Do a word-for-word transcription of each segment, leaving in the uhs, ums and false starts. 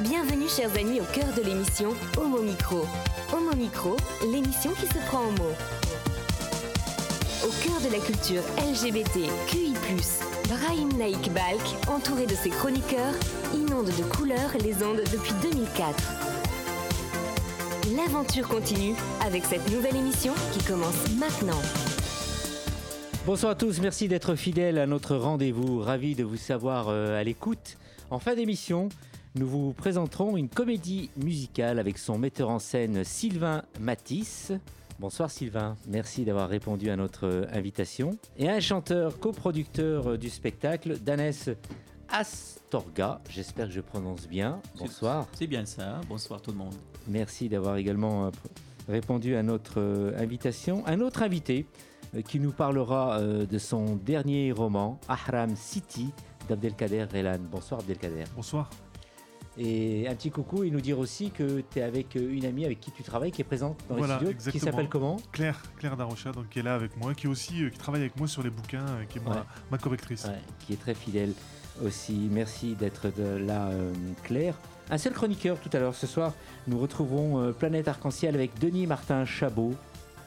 Bienvenue chers amis au cœur de l'émission Homo Micro. Homo Micro, l'émission qui se prend en mots. Au cœur de la culture L G B T Q I plus, Brahim Naik Balk, entouré de ses chroniqueurs, inonde de couleurs les ondes depuis deux mille quatre. L'aventure continue avec cette nouvelle émission qui commence maintenant. Bonsoir à tous, merci d'être fidèles à notre rendez-vous. Ravi de vous savoir euh, à l'écoute. En fin d'émission, nous vous présenterons une comédie musicale avec son metteur en scène Sylvain Matisse. Bonsoir Sylvain, merci d'avoir répondu à notre invitation. Et un chanteur coproducteur du spectacle, Danès Astorga, j'espère que je prononce bien. Bonsoir. C'est, c'est bien ça, bonsoir tout le monde. Merci d'avoir également répondu à notre invitation. Un autre invité qui nous parlera de son dernier roman, Ahram City, d'Abdelkader Relan. Bonsoir Abdelkader. Bonsoir. Et un petit coucou et nous dire aussi que tu es avec une amie avec qui tu travailles, qui est présente dans voilà, les studios, exactement. Qui s'appelle comment ? Claire, Claire Darocha, donc qui est là avec moi, qui est aussi euh, qui travaille avec moi sur les bouquins, euh, qui est ma, ouais. ma correctrice. Ouais, qui est très fidèle aussi. Merci d'être de là, euh, Claire. Un seul chroniqueur tout à l'heure. Ce soir, nous retrouvons euh, Planète Arc-en-Ciel avec Denis Martin Chabot.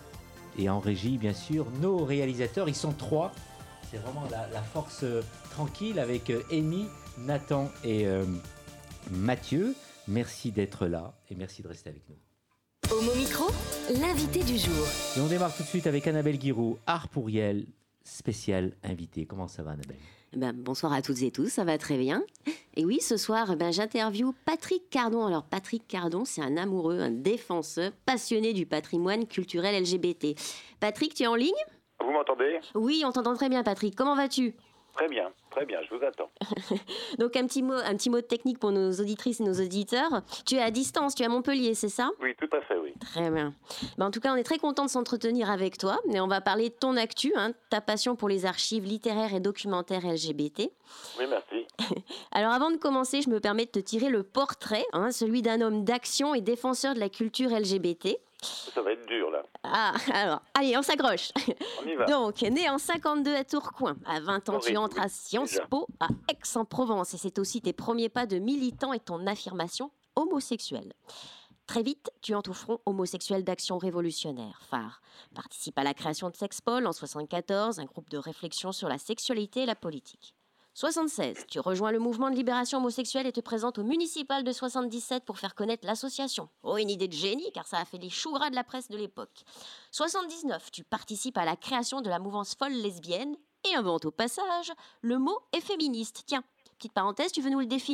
Et en régie, bien sûr, nos réalisateurs. Ils sont trois. C'est vraiment la, la force euh, tranquille avec euh, Amy, Nathan et euh, Mathieu. Merci d'être là et merci de rester avec nous. Homo Micro, l'invité du jour. Et on démarre tout de suite avec Annabelle Guiraud, Art Pourriel, spécial invité. Comment ça va, Annabelle ? Ben, bonsoir à toutes et tous, ça va très bien. Et oui, ce soir, ben, j'interviewe Patrick Cardon. Alors, Patrick Cardon, c'est un amoureux, un défenseur, passionné du patrimoine culturel L G B T. Patrick, tu es en ligne ? Vous m'entendez ? Oui, on t'entend très bien, Patrick. Comment vas-tu ? Très bien, très bien, je vous attends. Donc, un petit mot, un petit mot de technique pour nos auditrices et nos auditeurs. Tu es à distance, tu es à Montpellier, c'est ça ? Oui, tout à fait, oui. Très bien. Ben, en tout cas, on est très content de s'entretenir avec toi. Et on va parler de ton actu, hein, ta passion pour les archives littéraires et documentaires L G B T. Oui, merci. Alors, avant de commencer, je me permets de te tirer le portrait, hein, celui d'un homme d'action et défenseur de la culture L G B T. Ça va être dur, là. Ah, alors, allez, on s'accroche. On y va. Donc, né en cinquante-deux à Tourcoing, à vingt ans, Horrible, tu entres à oui, Sciences déjà. Po, à Aix-en-Provence. Et c'est aussi tes premiers pas de militant et ton affirmation homosexuelle. Très vite, tu entres au Front homosexuel d'action révolutionnaire, phare. Participe à la création de Sexpol en soixante-quatorze, un groupe de réflexion sur la sexualité et la politique. soixante-seize, tu rejoins le mouvement de libération homosexuelle et te présentes au municipal de soixante-dix-sept pour faire connaître l'association. Oh, une idée de génie, car ça a fait les choux gras de la presse de l'époque. soixante-dix-neuf, tu participes à la création de la mouvance folle lesbienne et inventes au passage le mot efféministe. Tiens, petite parenthèse, tu veux nous le définir ?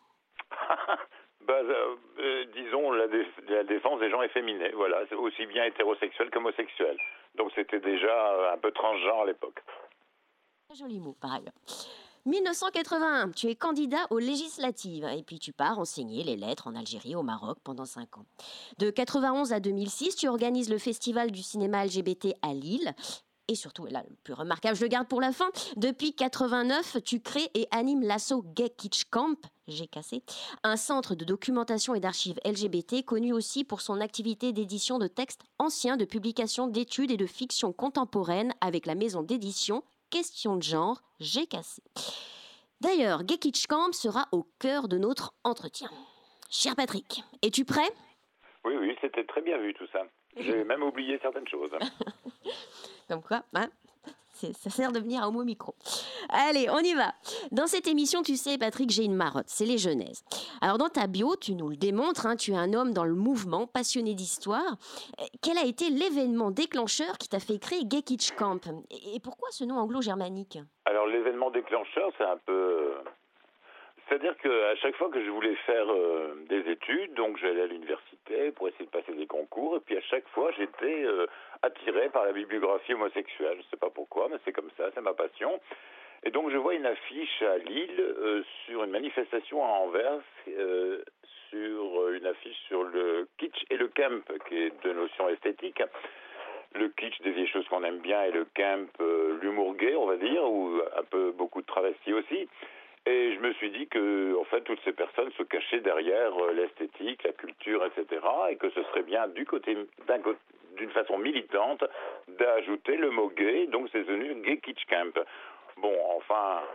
bah, euh, euh, disons la, dé- la défense des gens efféminés, voilà, c'est aussi bien hétérosexuel qu'homosexuel. Donc c'était déjà euh, un peu transgenre à l'époque. Joli mot, par ailleurs. mille neuf cent quatre-vingt-un, tu es candidat aux législatives et puis tu pars enseigner les lettres en Algérie, au Maroc, pendant cinq ans. De quatre-vingt-onze à deux mille six, tu organises le festival du cinéma L G B T à Lille. Et surtout, là, le plus remarquable, je le garde pour la fin. Depuis quatre-vingt-neuf, tu crées et animes l'asso Gay Kitsch Camp, G K C, un centre de documentation et d'archives L G B T connu aussi pour son activité d'édition de textes anciens, de publication d'études et de fiction contemporaine avec la maison d'édition Question de genre, G K C. D'ailleurs, Gay Kitsch Camp sera au cœur de notre entretien. Cher Patrick, es-tu prêt ? Oui, oui, c'était très bien vu tout ça. J'ai même oublié certaines choses. Comme quoi, hein, c'est, ça sert de venir à Homo Micro. Allez, on y va. Dans cette émission, tu sais, Patrick, j'ai une marotte, c'est les genèses. Alors, dans ta bio, tu nous le démontres, hein, tu es un homme dans le mouvement, passionné d'histoire. Euh, Quel a été l'événement déclencheur qui t'a fait créer Gay Kitsch Camp ? Et et pourquoi ce nom anglo-germanique ? Alors l'événement déclencheur, c'est un peu... C'est-à-dire qu'à chaque fois que je voulais faire euh, des études, donc j'allais à l'université pour essayer de passer des concours, et puis à chaque fois j'étais euh, attiré par la bibliographie homosexuelle. Je ne sais pas pourquoi, mais c'est comme ça, c'est ma passion. Et donc je vois une affiche à Lille euh, sur une manifestation à Anvers, euh, sur une affiche sur le kitsch et le camp, qui est deux notions esthétiques. Le kitsch, des vieilles choses qu'on aime bien, et le camp, euh, l'humour gay, on va dire, ou un peu beaucoup de travestis aussi. Et je me suis dit que, en fait, toutes ces personnes se cachaient derrière euh, l'esthétique, la culture, et cetera, et que ce serait bien, du côté, d'un côté, d'une façon militante, d'ajouter le mot gay, donc c'est devenu Gay Kitsch Camp. Bon, enfin,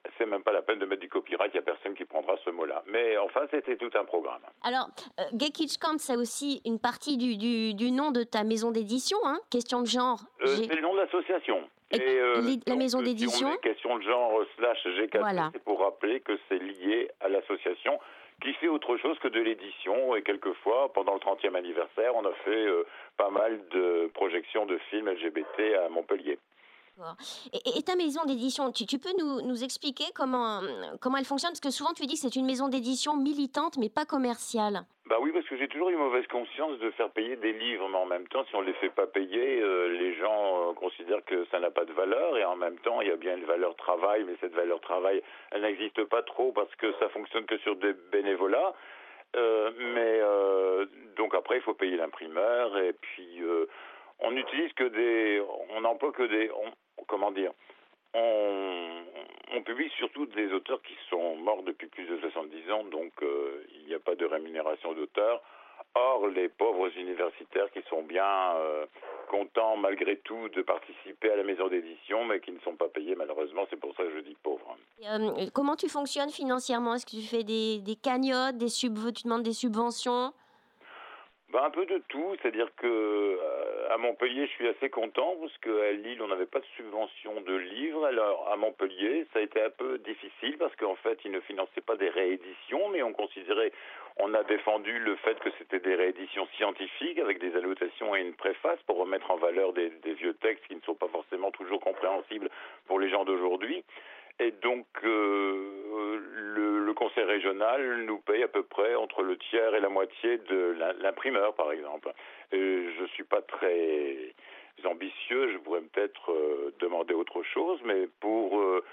c'est même pas la peine de mettre du copyright, il n'y a personne qui prendra ce mot-là. Mais enfin, c'était tout un programme. Alors, euh, Gay Kitschkamp, c'est aussi une partie du, du, du nom de ta maison d'édition, hein, question de genre. Euh, c'est le nom de l'association. Et, Et euh, les, la donc, maison si d'édition on met question de genre euh, slash G K C, Voilà. c'est pour rappeler que c'est lié à l'association qui fait autre chose que de l'édition. Et quelquefois, pendant le trentième anniversaire, on a fait euh, pas mal de projections de films L G B T à Montpellier. Et, et ta maison d'édition, tu, tu peux nous, nous expliquer comment, comment elle fonctionne? Parce que souvent tu dis que c'est une maison d'édition militante mais pas commerciale. Bah oui, parce que j'ai toujours eu mauvaise conscience de faire payer des livres, mais en même temps, si on ne les fait pas payer, euh, les gens euh, considèrent que ça n'a pas de valeur, et en même temps, il y a bien une valeur travail, mais cette valeur travail, elle n'existe pas trop parce que ça fonctionne que sur des bénévolats. Euh, mais euh, donc après, il faut payer l'imprimeur, et puis euh, on n'utilise que des, on n'emploie que des, on, comment dire, on, on publie surtout des auteurs qui sont morts depuis plus de soixante-dix ans, donc euh, il n'y a pas de rémunération d'auteur. Or, les pauvres universitaires qui sont bien euh, contents malgré tout de participer à la maison d'édition, mais qui ne sont pas payés malheureusement, c'est pour ça que je dis pauvres. Euh, comment tu fonctionnes financièrement? Est-ce que tu fais des, des cagnottes, des sub- tu demandes des subventions? Ben, un peu de tout, c'est-à-dire que euh, à Montpellier, je suis assez content parce qu'à Lille, on n'avait pas de subvention de livres. Alors à Montpellier, ça a été un peu difficile parce qu'en fait, ils ne finançaient pas des rééditions, mais on considérait, on a défendu le fait que c'était des rééditions scientifiques avec des annotations et une préface pour remettre en valeur des, des vieux textes qui ne sont pas forcément toujours compréhensibles pour les gens d'aujourd'hui. Et donc, euh, le, le conseil régional nous paye à peu près entre le tiers et la moitié de l'imprimeur, par exemple. Et je ne suis pas très ambitieux, je pourrais peut-être euh, demander autre chose, mais pour, euh,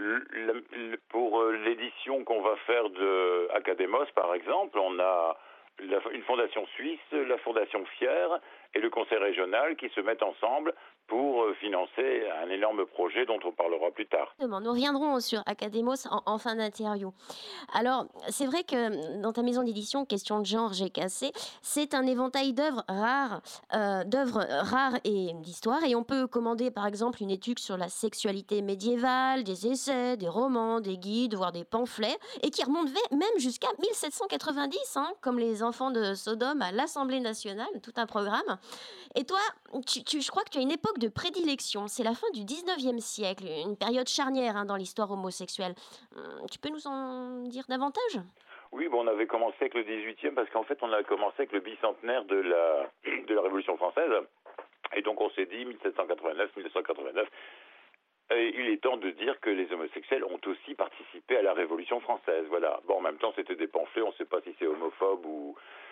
pour l'édition qu'on va faire de Academos, par exemple, on a la, une fondation suisse, la fondation Fier et le conseil régional qui se mettent ensemble pour financer un énorme projet dont on parlera plus tard. Nous reviendrons sur Academos en, en fin d'interview. Alors, c'est vrai que dans ta maison d'édition, question de genre G K C, c'est un éventail d'œuvres rares, euh, d'œuvres rares et d'histoires, et on peut commander par exemple une étude sur la sexualité médiévale, des essais, des romans, des guides, voire des pamphlets, et qui remontent même jusqu'à mille sept cent quatre-vingt-dix, hein, comme les enfants de Sodome à l'Assemblée nationale, tout un programme. Et toi, tu, tu, je crois que tu as une époque de prédilection, c'est la fin du dix-neuvième siècle, une période charnière hein, dans l'histoire homosexuelle. Tu peux nous en dire davantage? Oui, bon, on avait commencé avec le dix-huitième parce qu'en fait on a commencé avec le bicentenaire de la, de la Révolution française, et donc on s'est dit mille sept cent quatre-vingt-neuf mille neuf cent quatre-vingt-neuf, et il est temps de dire que les homosexuels ont aussi participé à la Révolution française, voilà. Bon, en même temps c'était des pamphlets, on ne sait pas si c'est homophobe ou...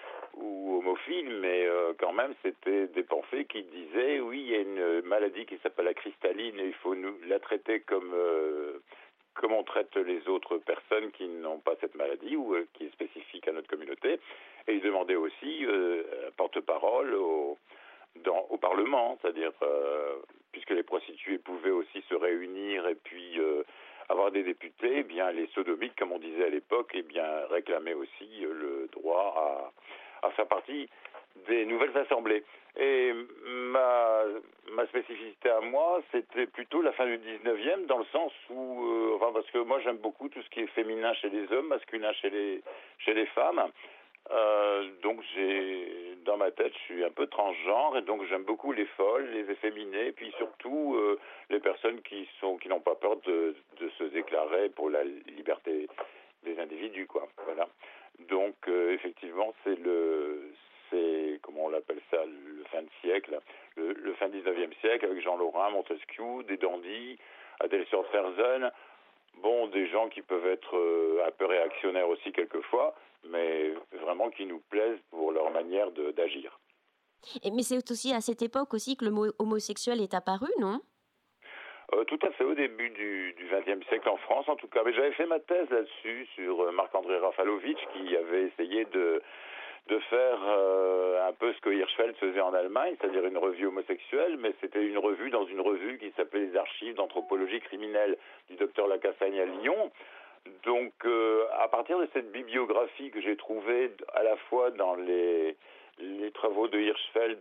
ou homophile, mais euh, quand même, c'était des pamphlets qui disaient, oui, il y a une maladie qui s'appelle la cristalline et il faut nous la traiter comme, euh, comme on traite les autres personnes qui n'ont pas cette maladie ou euh, qui est spécifique à notre communauté. Et ils demandaient aussi euh, porte-parole au, dans, au Parlement, c'est-à-dire, euh, puisque les prostituées pouvaient aussi se réunir et puis... Euh, avoir des députés, eh bien les sodomites, comme on disait à l'époque, eh bien réclamaient aussi le droit à, à faire partie des nouvelles assemblées. Et ma, ma spécificité à moi, c'était plutôt la fin du dix-neuvième, dans le sens où, euh, enfin parce que moi j'aime beaucoup tout ce qui est féminin chez les hommes, masculin chez les, chez les femmes. Euh, donc j'ai dans ma tête je suis un peu transgenre et donc j'aime beaucoup les folles, les efféminés, puis surtout euh, les personnes qui sont qui n'ont pas peur de, de se déclarer pour la liberté des individus, quoi. Voilà. Donc euh, effectivement c'est le c'est comment on l'appelle ça le fin de siècle, le, le fin dix-neuvième siècle avec Jean Lorrain, Montesquieu, des dandys, Adèle Sturm-Fersen. Bon, des gens qui peuvent être euh, un peu réactionnaires aussi quelquefois, mais vraiment qui nous plaisent pour leur manière de, d'agir. Et, mais c'est aussi à cette époque aussi que le mot homosexuel est apparu, non? euh, Tout à fait, au début du vingtième siècle en France en tout cas. Mais j'avais fait ma thèse là-dessus sur euh, Marc-André Rafalovitch qui avait essayé de... de faire euh, un peu ce que Hirschfeld faisait en Allemagne, c'est-à-dire une revue homosexuelle, mais c'était une revue dans une revue qui s'appelait les Archives d'anthropologie criminelle du docteur Lacassagne à Lyon. Donc, euh, à partir de cette bibliographie que j'ai trouvée à la fois dans les, les travaux de Hirschfeld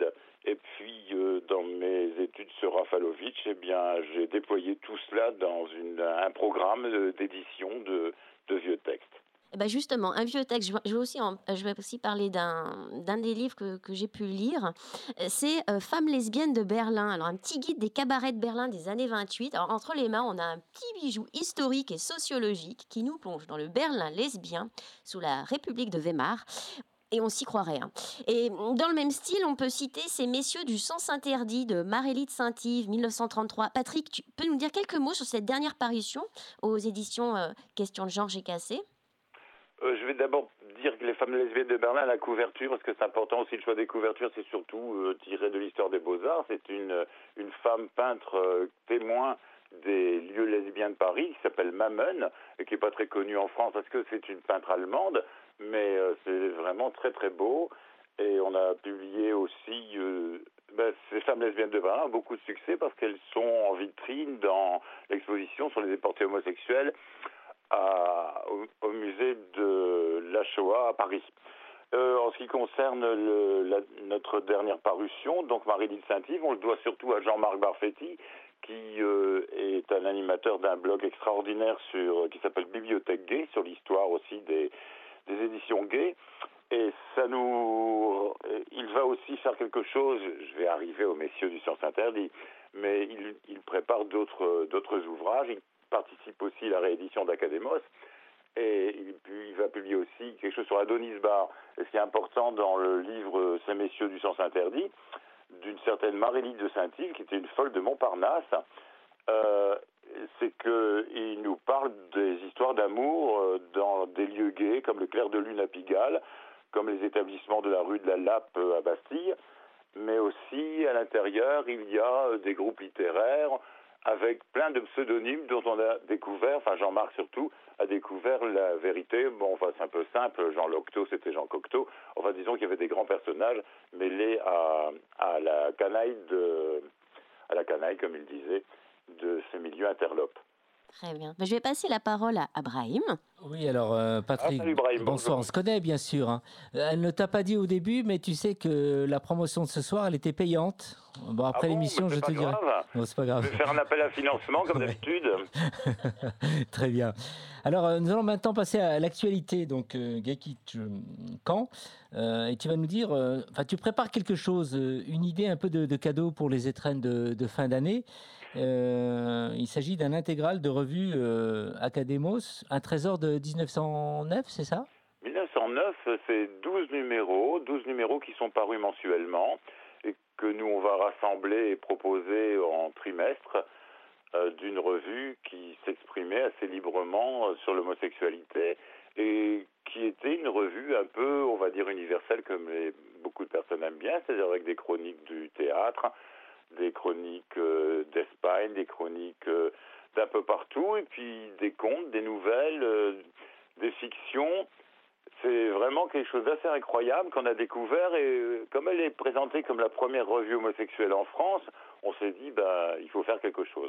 Et puis, euh, dans mes études sur Rafalovic, eh bien, j'ai déployé tout cela dans une, un programme d'édition de, de vieux textes. Eh ben justement, un vieux texte, je vais- je vais aussi, en- je vais aussi parler d'un d'un des livres que, que j'ai pu lire. Euh, C'est euh, Femmes lesbiennes de Berlin. Alors, un petit guide des cabarets de Berlin des années vingt-huit. Alors, entre les mains, on a un petit bijou historique et sociologique qui nous plonge dans le Berlin lesbien sous la République de Weimar. Et on s'y croirait. Hein. Et dans le même style, on peut citer ces messieurs du sens interdit de Marélie de Saint-Yves, mille neuf cent trente-trois. Patrick, tu peux nous dire quelques mots sur cette dernière parution aux éditions euh, Question de genre G K C? Euh, je vais d'abord dire que les femmes lesbiennes de Berlin, la couverture, parce que c'est important aussi le choix des couvertures, c'est surtout euh, tiré de l'histoire des Beaux-Arts. C'est une, une femme peintre euh, témoin des lieux lesbiens de Paris, qui s'appelle Mamen, et qui n'est pas très connue en France parce que c'est une peintre allemande, mais euh, c'est vraiment très très beau. Et on a publié aussi euh, ben, ces femmes lesbiennes de Berlin ont beaucoup de succès parce qu'elles sont en vitrine dans l'exposition sur les déportés homosexuels à, au, au musée de la Shoah à Paris. Euh, en ce qui concerne le, la, notre dernière parution, donc Marie-Lise Saint-Yves, on le doit surtout à Jean-Marc Barfetti, qui euh, est un animateur d'un blog extraordinaire sur, qui s'appelle Bibliothèque Gay, sur l'histoire aussi des, des éditions gays. Et ça nous... Il va aussi faire quelque chose, je vais arriver aux messieurs du Sens Interdit, mais il, il prépare d'autres, d'autres ouvrages. Il participe aussi à la réédition d'Académos. Et il, il va publier aussi quelque chose sur Adonis Bar. Et ce qui est important dans le livre Ces messieurs du Sens Interdit, d'une certaine Marélie de Saint-Yves, qui était une folle de Montparnasse, euh, c'est qu'il nous parle des histoires d'amour euh, dans des lieux gays, comme le Clair de Lune à Pigalle, comme les établissements de la rue de la Lappe euh, à Bastille, mais aussi à l'intérieur, il y a euh, des groupes littéraires avec plein de pseudonymes dont on a découvert, enfin Jean-Marc surtout, a découvert la vérité. Bon, enfin c'est un peu simple, Jean Locteau c'était Jean Cocteau, enfin disons qu'il y avait des grands personnages mêlés à, à la canaille de, à la canaille, comme il disait, de ce milieu interlope. Très bien. Ben, je vais passer la parole à, à Brahim. Oui, alors euh, Patrick, Ah, salut Brahim, bonsoir, bonjour. on se connaît bien sûr. Hein. Elle ne t'a pas dit au début, mais tu sais que la promotion de ce soir, elle était payante. Bon, après Ah bon, l'émission, mais je c'est te pas dirai. grave. Non, c'est pas Je grave. vais faire un appel à financement comme Ouais. d'habitude. Très bien. Alors, euh, nous allons maintenant passer à l'actualité, donc euh, Gaki Camp, euh, et tu vas nous dire, euh, enfin, tu prépares quelque chose, euh, une idée un peu de, de cadeau pour les étrennes de, de fin d'année. Euh, il s'agit d'un intégral de revue euh, Académos, un trésor de dix-neuf cent neuf, c'est ça? mille neuf cent neuf, c'est douze numéros, douze numéros qui sont parus mensuellement et que nous on va rassembler et proposer en trimestre euh, d'une revue qui s'exprimait assez librement euh, sur l'homosexualité et qui était une revue un peu, on va dire, universelle comme les, beaucoup de personnes aiment bien, c'est-à-dire avec des chroniques du théâtre, des chroniques euh, d'Espagne, des chroniques euh, d'un peu partout, et puis des contes, des nouvelles, euh, des fictions. C'est vraiment quelque chose d'assez incroyable qu'on a découvert, et euh, comme elle est présentée comme la première revue homosexuelle en France, on s'est dit bah il faut faire quelque chose.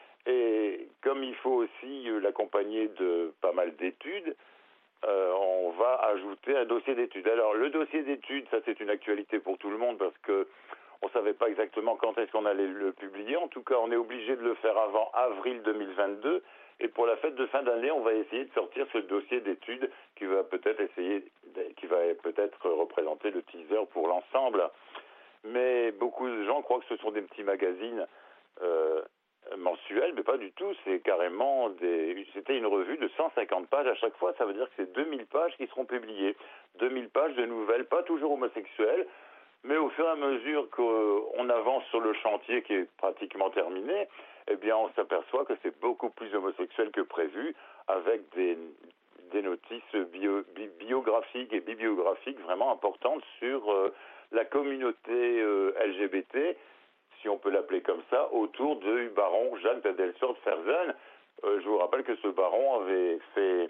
Et comme il faut aussi euh, l'accompagner de pas mal d'études, euh, on va ajouter un dossier d'études. Alors le dossier d'études, ça c'est une actualité pour tout le monde parce que on ne savait pas exactement quand est-ce qu'on allait le publier. En tout cas, on est obligé de le faire avant avril deux mille vingt-deux. Et pour la fête de fin d'année, on va essayer de sortir ce dossier d'études qui va peut-être essayer, qui va peut-être représenter le teaser pour l'ensemble. Mais beaucoup de gens croient que ce sont des petits magazines euh, mensuels, mais pas du tout. C'est carrément des. C'était une revue de cent cinquante pages à chaque fois. Ça veut dire que c'est deux mille pages qui seront publiées. deux mille pages de nouvelles, pas toujours homosexuelles. Mais au fur et à mesure qu'on avance sur le chantier qui est pratiquement terminé, eh bien, on s'aperçoit que c'est beaucoup plus homosexuel que prévu, avec des, des notices bio, bi, biographiques et bibliographiques vraiment importantes sur euh, la communauté euh, L G B T, si on peut l'appeler comme ça, autour du baron Jacques d'Adelsort-Fersen. Euh, je vous rappelle que ce baron avait fait,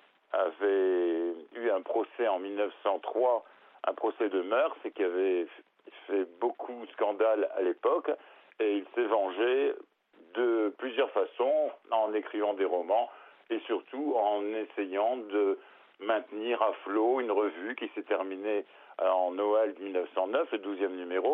avait eu un procès en mille neuf cent trois, un procès de mœurs, et qui avait fait beaucoup de scandales à l'époque, et il s'est vengé de plusieurs façons, en écrivant des romans, et surtout en essayant de maintenir à flot une revue qui s'est terminée en Noël mille neuf cent neuf, le douzième numéro,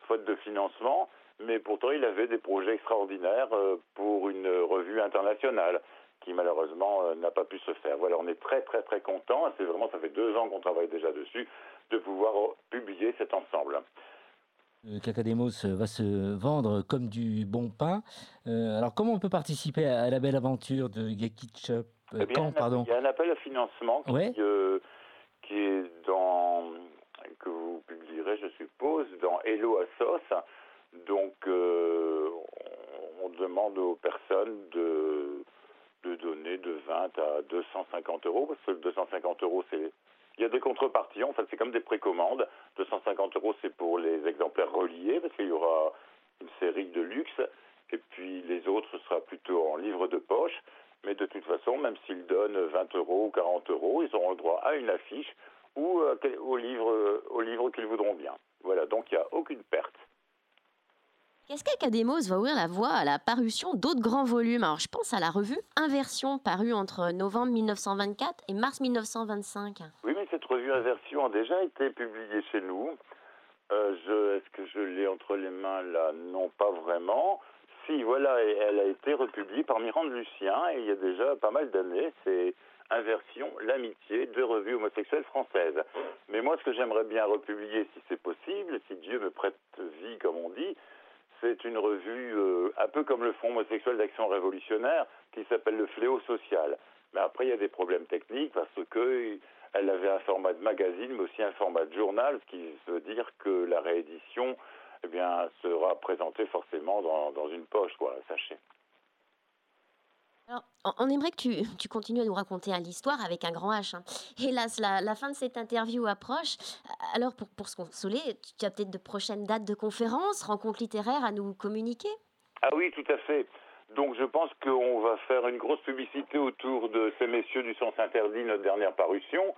faute de financement, mais pourtant il avait des projets extraordinaires euh, pour une revue internationale qui malheureusement euh, n'a pas pu se faire. Voilà, on est très très très content, c'est vraiment, ça fait deux ans qu'on travaille déjà dessus, de pouvoir euh, publier cet ensemble. Le Cacadémos va se vendre comme du bon pain. Euh, alors, comment on peut participer à la belle aventure de Gekitshop euh, Eh bien, Quand, pardon il y a un appel à financement qui, Ouais. euh, qui est dans, que vous publierez, je suppose, dans Hello Assos. Donc, euh, on demande aux personnes de, de donner de vingt à deux cent cinquante euros, parce que le deux cent cinquante euros, c'est... Il y a des contreparties, en fait, c'est comme des précommandes. deux cent cinquante euros, c'est pour les exemplaires reliés, parce qu'il y aura une série de luxe. Et puis, les autres, ce sera plutôt en livre de poche. Mais de toute façon, même s'ils donnent vingt euros ou quarante euros, ils auront le droit à une affiche ou euh, au livre, au livre qu'ils voudront bien. Voilà, donc il n'y a aucune perte. Qu'est-ce qu'Académos va ouvrir la voie à la parution d'autres grands volumes? Alors, je pense à la revue Inversion, parue entre novembre mille neuf cent vingt-quatre et mars mille neuf cent vingt-cinq. Oui, mais cette revue Inversion a déjà été publiée chez nous. Euh, je, est-ce que je l'ai entre les mains là? Non, pas vraiment. Si, voilà, et elle a été republiée par Mirande Lucien, et il y a déjà pas mal d'années. C'est Inversion, l'amitié, deux revues homosexuelles françaises. Mais moi, ce que j'aimerais bien republier, si c'est possible, si Dieu me prête vie, comme on dit, c'est une revue euh, un peu comme le Fonds homosexuel d'action révolutionnaire, qui s'appelle le Fléau social. Mais après, il y a des problèmes techniques, parce que elle avait un format de magazine, mais aussi un format de journal, ce qui veut dire que la réédition, eh bien, sera présentée forcément dans, dans une poche, quoi, sachez. Alors, on on aimerait que tu, tu continues à nous raconter hein, l'histoire avec un grand H. hein. Hélas, la, la fin de cette interview approche. Alors, pour, pour se consoler, tu as peut-être de prochaines dates de conférences, rencontres littéraires à nous communiquer? Ah oui, tout à fait. Donc je pense qu'on va faire une grosse publicité autour de ces messieurs du Sens Interdit, notre dernière parution.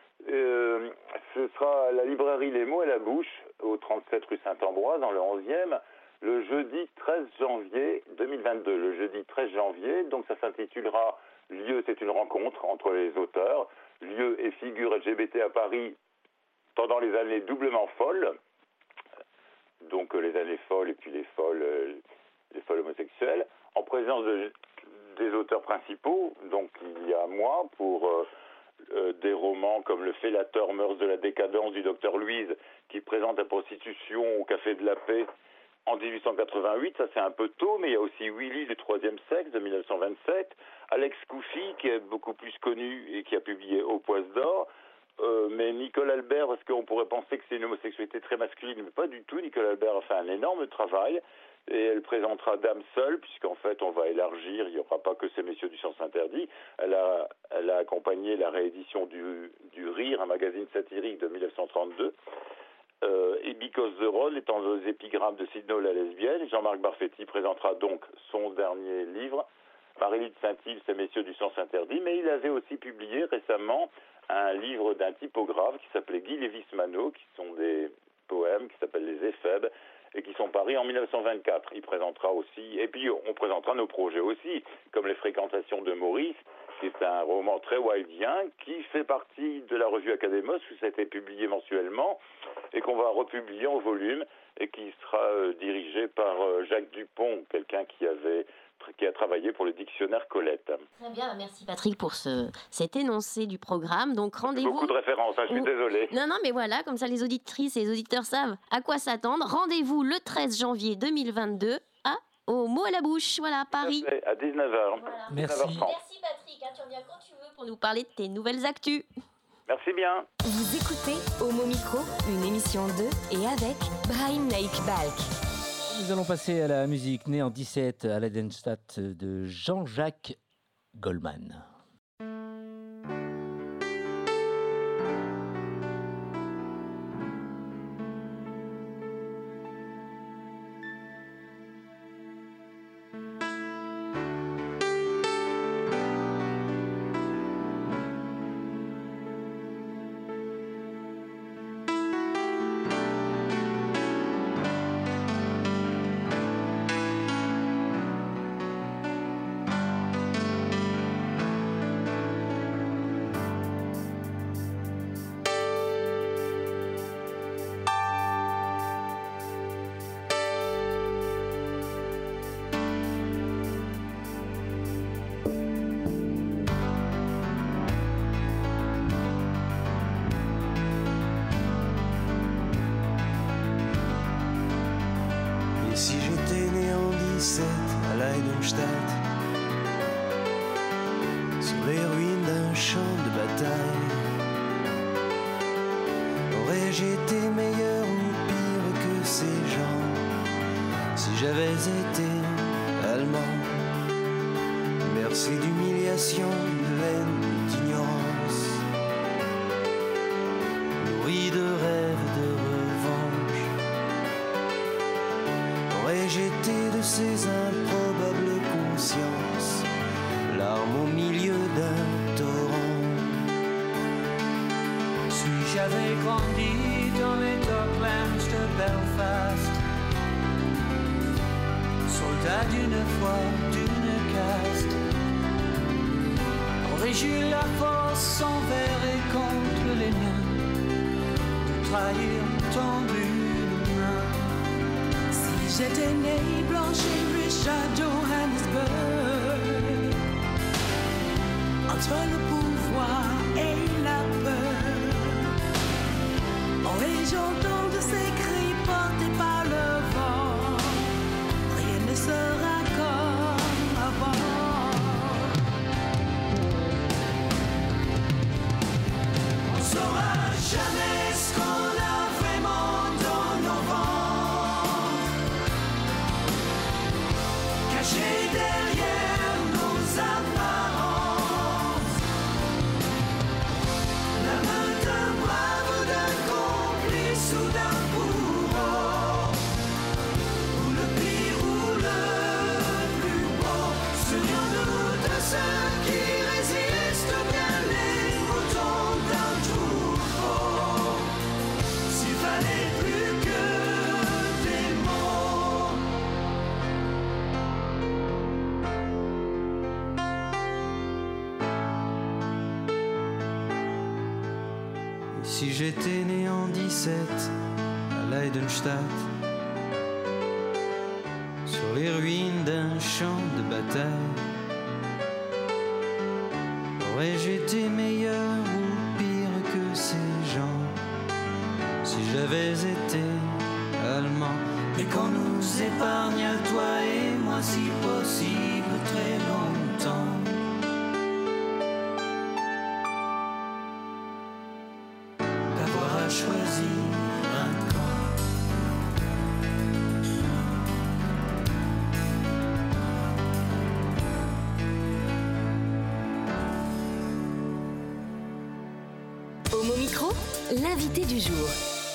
Euh, ce sera à la librairie Les Mots et la Bouche, au trente-sept rue Saint-Ambroise, dans le onzième, le jeudi treize janvier deux mille vingt-deux. Le jeudi treize janvier, donc ça s'intitulera « Lieu, c'est une rencontre entre les auteurs », lieu et figure L G B T à Paris pendant les années doublement folles, donc euh, les années folles et puis les folles, euh, les folles homosexuelles, en présence de, des auteurs principaux. Donc il y a moi pour euh, euh, des romans comme Le Félateur, Mœurs de la décadence du docteur Louise, qui présente la prostitution au Café de la Paix en dix-huit cent quatre-vingt-huit, ça c'est un peu tôt, mais il y a aussi Willy, le troisième sexe, de mille neuf cent vingt-sept, Alex Couffy, qui est beaucoup plus connu et qui a publié Au Poisse d'Or, euh, mais Nicole Albert, parce qu'on pourrait penser que c'est une homosexualité très masculine, mais pas du tout. Nicole Albert a fait un énorme travail, et elle présentera Dame Seule, puisqu'en fait on va élargir, il n'y aura pas que ces messieurs du Sens Interdit. Elle a, elle a accompagné la réédition du, du Rire, un magazine satirique de mille neuf cent trente-deux. Euh, et Because the Roll étant aux épigrammes de Sidney la lesbienne. Jean-Marc Barfetti présentera donc son dernier livre, Marie-Lise Saint-Yves, ces messieurs du Sens Interdit, mais il avait aussi publié récemment un livre d'un typographe qui s'appelait Guy Lévis-Mano, qui sont des poèmes qui s'appellent Les Éphèbes et qui sont parus en mille neuf cent vingt-quatre. Il présentera aussi, et puis on présentera nos projets aussi, comme Les Fréquentations de Maurice, qui est un roman très wildien, qui fait partie de la revue Académos, où ça a été publié mensuellement, et qu'on va republier en volume, et qui sera euh, dirigé par euh, Jacques Dupont, quelqu'un qui avait qui a travaillé pour le dictionnaire Colette. Très bien, merci Patrick pour ce, cet énoncé du programme. Donc rendez-vous... Beaucoup de références, hein, je suis Ou- désolé. Non, non, mais voilà, comme ça les auditrices et les auditeurs savent à quoi s'attendre. Rendez-vous le treize janvier deux mille vingt-deux à Au Mot à la Bouche, voilà, à Paris. À dix-neuf heures. Voilà. Merci. dix-neuf heures trente. Merci Patrick, hein, tu reviens quand tu veux pour nous parler de tes nouvelles actus. Merci bien. Vous écoutez Homo Micro, une émission de et avec Brahim Naik Balk. Nous allons passer à la musique née en dix-sept à l'Edenstadt de Jean-Jacques Goldman. Thank dix-sept à Leidenstadt, sur les ruines d'un champ de bataille. Aurais-je été meilleur ou pire que ces gens si j'avais été allemand, bercé d'humiliation, de haine, d'ignorance, nourri de rêves de revanche? Aurais-je été de ces improbables consciences, larmes au milieu d'un torrent? Si j'avais grandi dans les Docklands de Belfast, soldat d'une foi, d'une caste, aurais-je eu la force envers et contre les miens de trahir tendu une main? Si j'étais né blanche et riche à Johannesburg, entre le pouvoir et la peur, aurais-je entendu ces cris portés par le vent? Rien ne sera comme avant. On saura jamais ce qu'on a vraiment dans nos ventres, caché derrière nos apparences. La main d'un brave ou d'un complice ou d'un bourreau, ou le pire ou le plus beau, serions-nous de ceux qui résistent bien les moutons d'un troupeau? S'il fallait plus que des mots. Et si j'étais né en dix-sept à Leidenstadt, sur les ruines d'un champ de bataille, aurais-je été meilleur ou pire que ces gens si j'avais été allemand? Et qu'on nous épargne à toi et moi, si possible, très longtemps. D'avoir à choisir un camp. Homo Micro, l'invité du jour.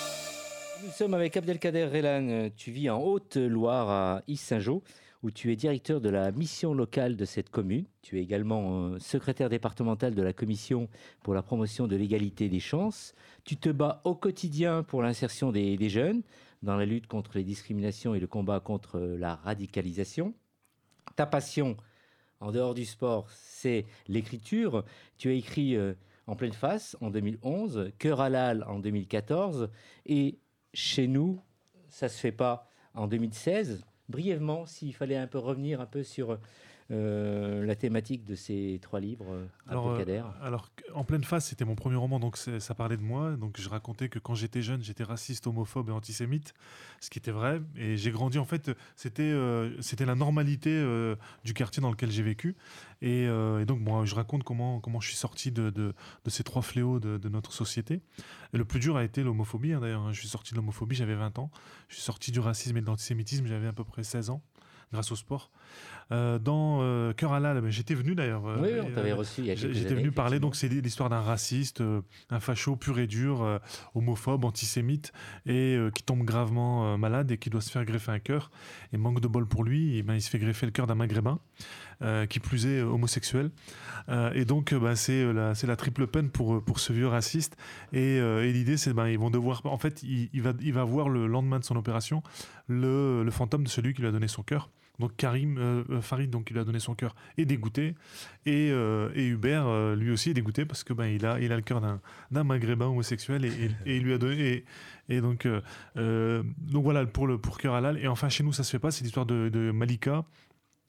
Nous sommes avec Abdelkader Relan. Tu vis en Haute-Loire à Ys-Saint-Jean, où tu es directeur de la mission locale de cette commune. Tu es également euh, secrétaire départemental de la commission pour la promotion de l'égalité des chances. Tu te bats au quotidien pour l'insertion des, des jeunes dans la lutte contre les discriminations et le combat contre euh, la radicalisation. Ta passion, en dehors du sport, c'est l'écriture. Tu as écrit euh, En pleine face en deux mille onze, Cœur halal en deux mille quatorze et Chez nous, ça se fait pas en deux mille seize. Brièvement, s'il fallait un peu revenir un peu sur euh, la thématique de ces trois livres, Alors, Abdelkader. euh, alors, En pleine face, c'était mon premier roman, donc c'est- ça parlait de moi. Donc je racontais que quand j'étais jeune, j'étais raciste, homophobe et antisémite, ce qui était vrai. Et j'ai grandi, en fait, c'était euh, c'était la normalité euh, du quartier dans lequel j'ai vécu. Et, euh, et donc, moi, je raconte comment, comment je suis sorti de, de, de ces trois fléaux de, de notre société. Et le plus dur a été l'homophobie, hein, d'ailleurs. hein. Je suis sorti de l'homophobie, j'avais vingt ans. Je suis sorti du racisme et de l'antisémitisme, j'avais à peu près seize ans, grâce au sport. Euh, dans euh, Cœur halal, ben, j'étais venu d'ailleurs. euh, Oui, oui, on et, t'avait euh, reçu il y a quelques J'étais années, venu parler, donc effectivement. c'est l'histoire d'un raciste, euh, un facho pur et dur, euh, homophobe, antisémite, et euh, qui tombe gravement euh, malade et qui doit se faire greffer un cœur. Et manque de bol pour lui, et ben, il se fait greffer le cœur d'un maghrébin, euh, qui plus est euh, homosexuel. Euh, et donc, euh, ben, c'est euh, la, c'est la triple peine pour, euh, pour ce vieux raciste. Et, euh, et l'idée, c'est ben, ils vont devoir. En fait, il, il, va, il va voir le lendemain de son opération le, le fantôme de celui qui lui a donné son cœur. Donc Karim euh, Farid, donc il lui a donné son cœur, est dégoûté, et, euh, et Hubert euh, lui aussi est dégoûté parce que ben il a il a le cœur d'un d'un maghrébin homosexuel et, et, et il lui a donné et, et donc euh, euh, donc voilà pour le pour Cœur halal. Et enfin chez nous ça se fait pas, c'est l'histoire de, de Malika,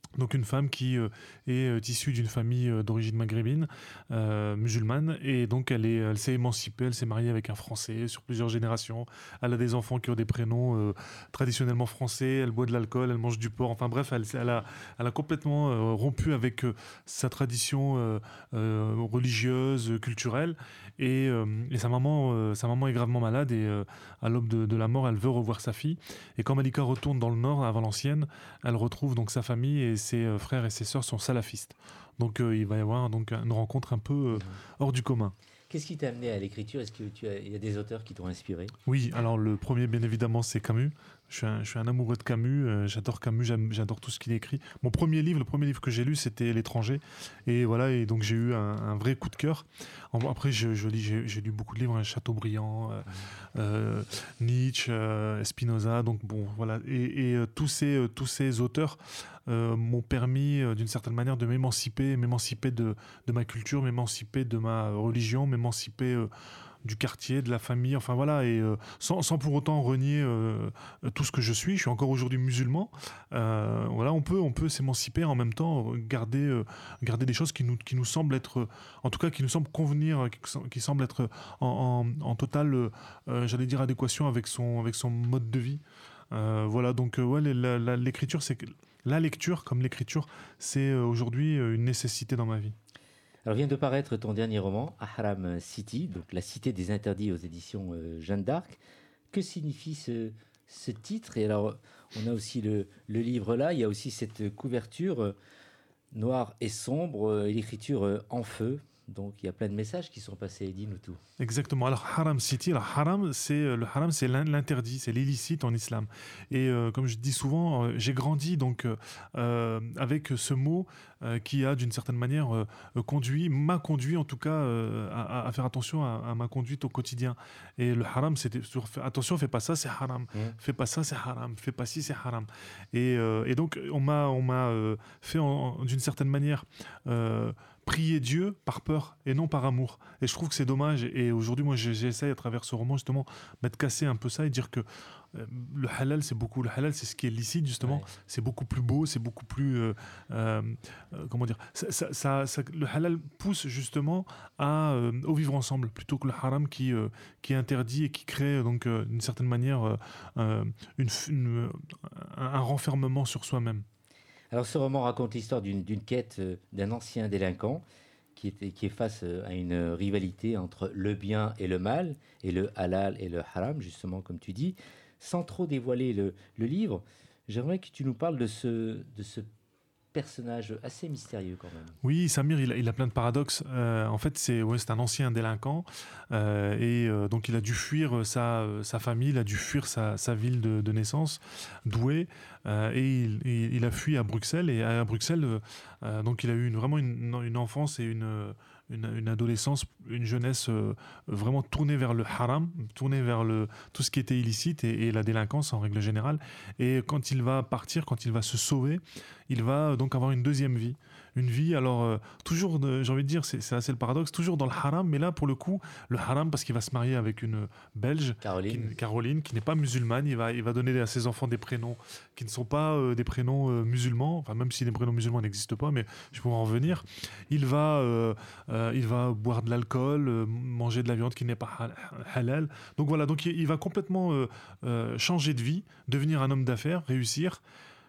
Donc une femme qui euh, est euh, issue d'une famille euh, d'origine maghrébine, euh, musulmane, et donc elle, est, elle s'est émancipée, elle s'est mariée avec un Français sur plusieurs générations, elle a des enfants qui ont des prénoms euh, traditionnellement français, elle boit de l'alcool, elle mange du porc, enfin bref, elle, elle, a, elle a complètement euh, rompu avec euh, sa tradition euh, euh, religieuse, culturelle, et, euh, et sa, maman, euh, sa maman est gravement malade, et euh, à l'aube de, de la mort, elle veut revoir sa fille, et quand Malika retourne dans le nord, à Valenciennes, elle retrouve donc sa famille, et ses euh, frères et ses sœurs sont salafistes. Donc euh, il va y avoir donc, une rencontre un peu euh, hors du commun. Qu'est-ce qui t'a amené à l'écriture? Est-ce qu'il y a des auteurs qui t'ont inspiré? Oui, alors le premier, bien évidemment, c'est Camus. Je suis un, je suis un amoureux de Camus, euh, j'adore Camus, j'aime- j'adore tout ce qu'il écrit. Mon premier livre, le premier livre que j'ai lu, c'était L'étranger. Et voilà, et donc j'ai eu un, un vrai coup de cœur. En- Après, je, je lis, j'ai, j'ai lu beaucoup de livres, hein, Chateaubriand, euh, euh, Nietzsche, euh, Spinoza, donc bon, voilà. Et, et euh, tous, ces, euh, tous ces auteurs euh, m'ont permis, euh, d'une certaine manière, de m'émanciper, m'émanciper de, de ma culture, m'émanciper de ma religion, m'émanciper euh, du quartier, de la famille, enfin voilà, et euh, sans, sans pour autant renier euh, tout ce que je suis. Je suis encore aujourd'hui musulman. Euh, voilà, on peut, on peut s'émanciper en même temps, garder, euh, garder des choses qui nous, qui nous semblent être, en tout cas, qui nous semblent convenir, qui, qui semblent être en, en, en totale, euh, j'allais dire, adéquation avec son, avec son mode de vie. Euh, voilà, donc euh, ouais, la- la- l'écriture, c'est que la lecture, comme l'écriture, c'est euh, aujourd'hui euh, une nécessité dans ma vie. Alors vient de paraître ton dernier roman, Ahram City, donc La Cité des Interdits aux éditions euh, Jeanne d'Arc. Que signifie ce, ce titre? Et alors, on a aussi le, le livre là, il y a aussi cette couverture euh, noire et sombre, euh, et l'écriture euh, en feu. Donc il y a plein de messages qui sont passés, dis-nous tout. Exactement. Alors, Haram City, alors, haram, c'est, euh, le haram, c'est l'in- l'interdit, c'est l'illicite en islam. Et euh, comme je dis souvent, euh, j'ai grandi donc euh, euh, avec ce mot euh, qui a d'une certaine manière euh, euh, conduit, m'a conduit en tout cas euh, à, à faire attention à, à ma conduite au quotidien. Et le haram, c'était toujours, fais attention, fais pas ça, c'est haram. Mmh. Fais pas ça, c'est haram. Fais pas ci, c'est haram. Et, euh, et donc, on m'a, on m'a euh, fait en- en- d'une certaine manière euh, prier Dieu par peur et non par amour. Et je trouve que c'est dommage. Et aujourd'hui, moi, j'ai- j'essaye à travers ce roman justement de casser un peu ça et dire que euh, le halal, c'est beaucoup. Le halal, c'est ce qui est licite justement. Ouais. C'est beaucoup plus beau, c'est beaucoup plus. euh, euh, euh, comment dire ça, ça- ça- ça- Le halal pousse justement à, euh, au vivre ensemble plutôt que le haram qui, euh, qui est interdit et qui crée donc euh, d'une certaine manière euh, euh, une, f- une- un, un renfermement sur soi-même. Alors ce roman raconte l'histoire d'une d'une quête euh, d'un ancien délinquant qui, était, qui est face euh, à une euh, rivalité entre le bien et le mal, et le halal et le haram, justement, comme tu dis. Sans trop dévoiler le, le livre, j'aimerais que tu nous parles de ce, de ce personnage assez mystérieux quand même. Oui, Samir, il a, il a plein de paradoxes. Euh, en fait, c'est ouais, c'est un ancien délinquant euh, et euh, donc il a dû fuir sa, sa famille, il a dû fuir sa, sa ville de, de naissance, Douai, euh, et il, il- il a fui à Bruxelles. Et à Bruxelles, euh, euh, donc il a eu une- vraiment une, une enfance et une, une, une adolescence, une jeunesse euh, vraiment tournée vers le haram, tournée vers le, tout ce qui était illicite et, et la délinquance en règle générale. Et quand il va partir, quand il va se sauver, il va donc avoir une deuxième vie. Une vie, alors, euh, toujours, de- j'ai envie de dire, c'est c'est assez le paradoxe, toujours dans le haram, mais là, pour le coup, le haram, parce qu'il va se marier avec une Belge, Caroline. qui, Caroline, qui n'est pas musulmane, il va, il va donner à ses enfants des prénoms qui ne sont pas euh, des prénoms euh, musulmans, enfin, même si les prénoms musulmans n'existent pas, mais je pourrais en revenir. Il va, euh, euh, il va boire de l'alcool, euh, manger de la viande qui n'est pas hal- halal. Donc voilà, donc il, il va complètement euh, euh, changer de vie, devenir un homme d'affaires, réussir.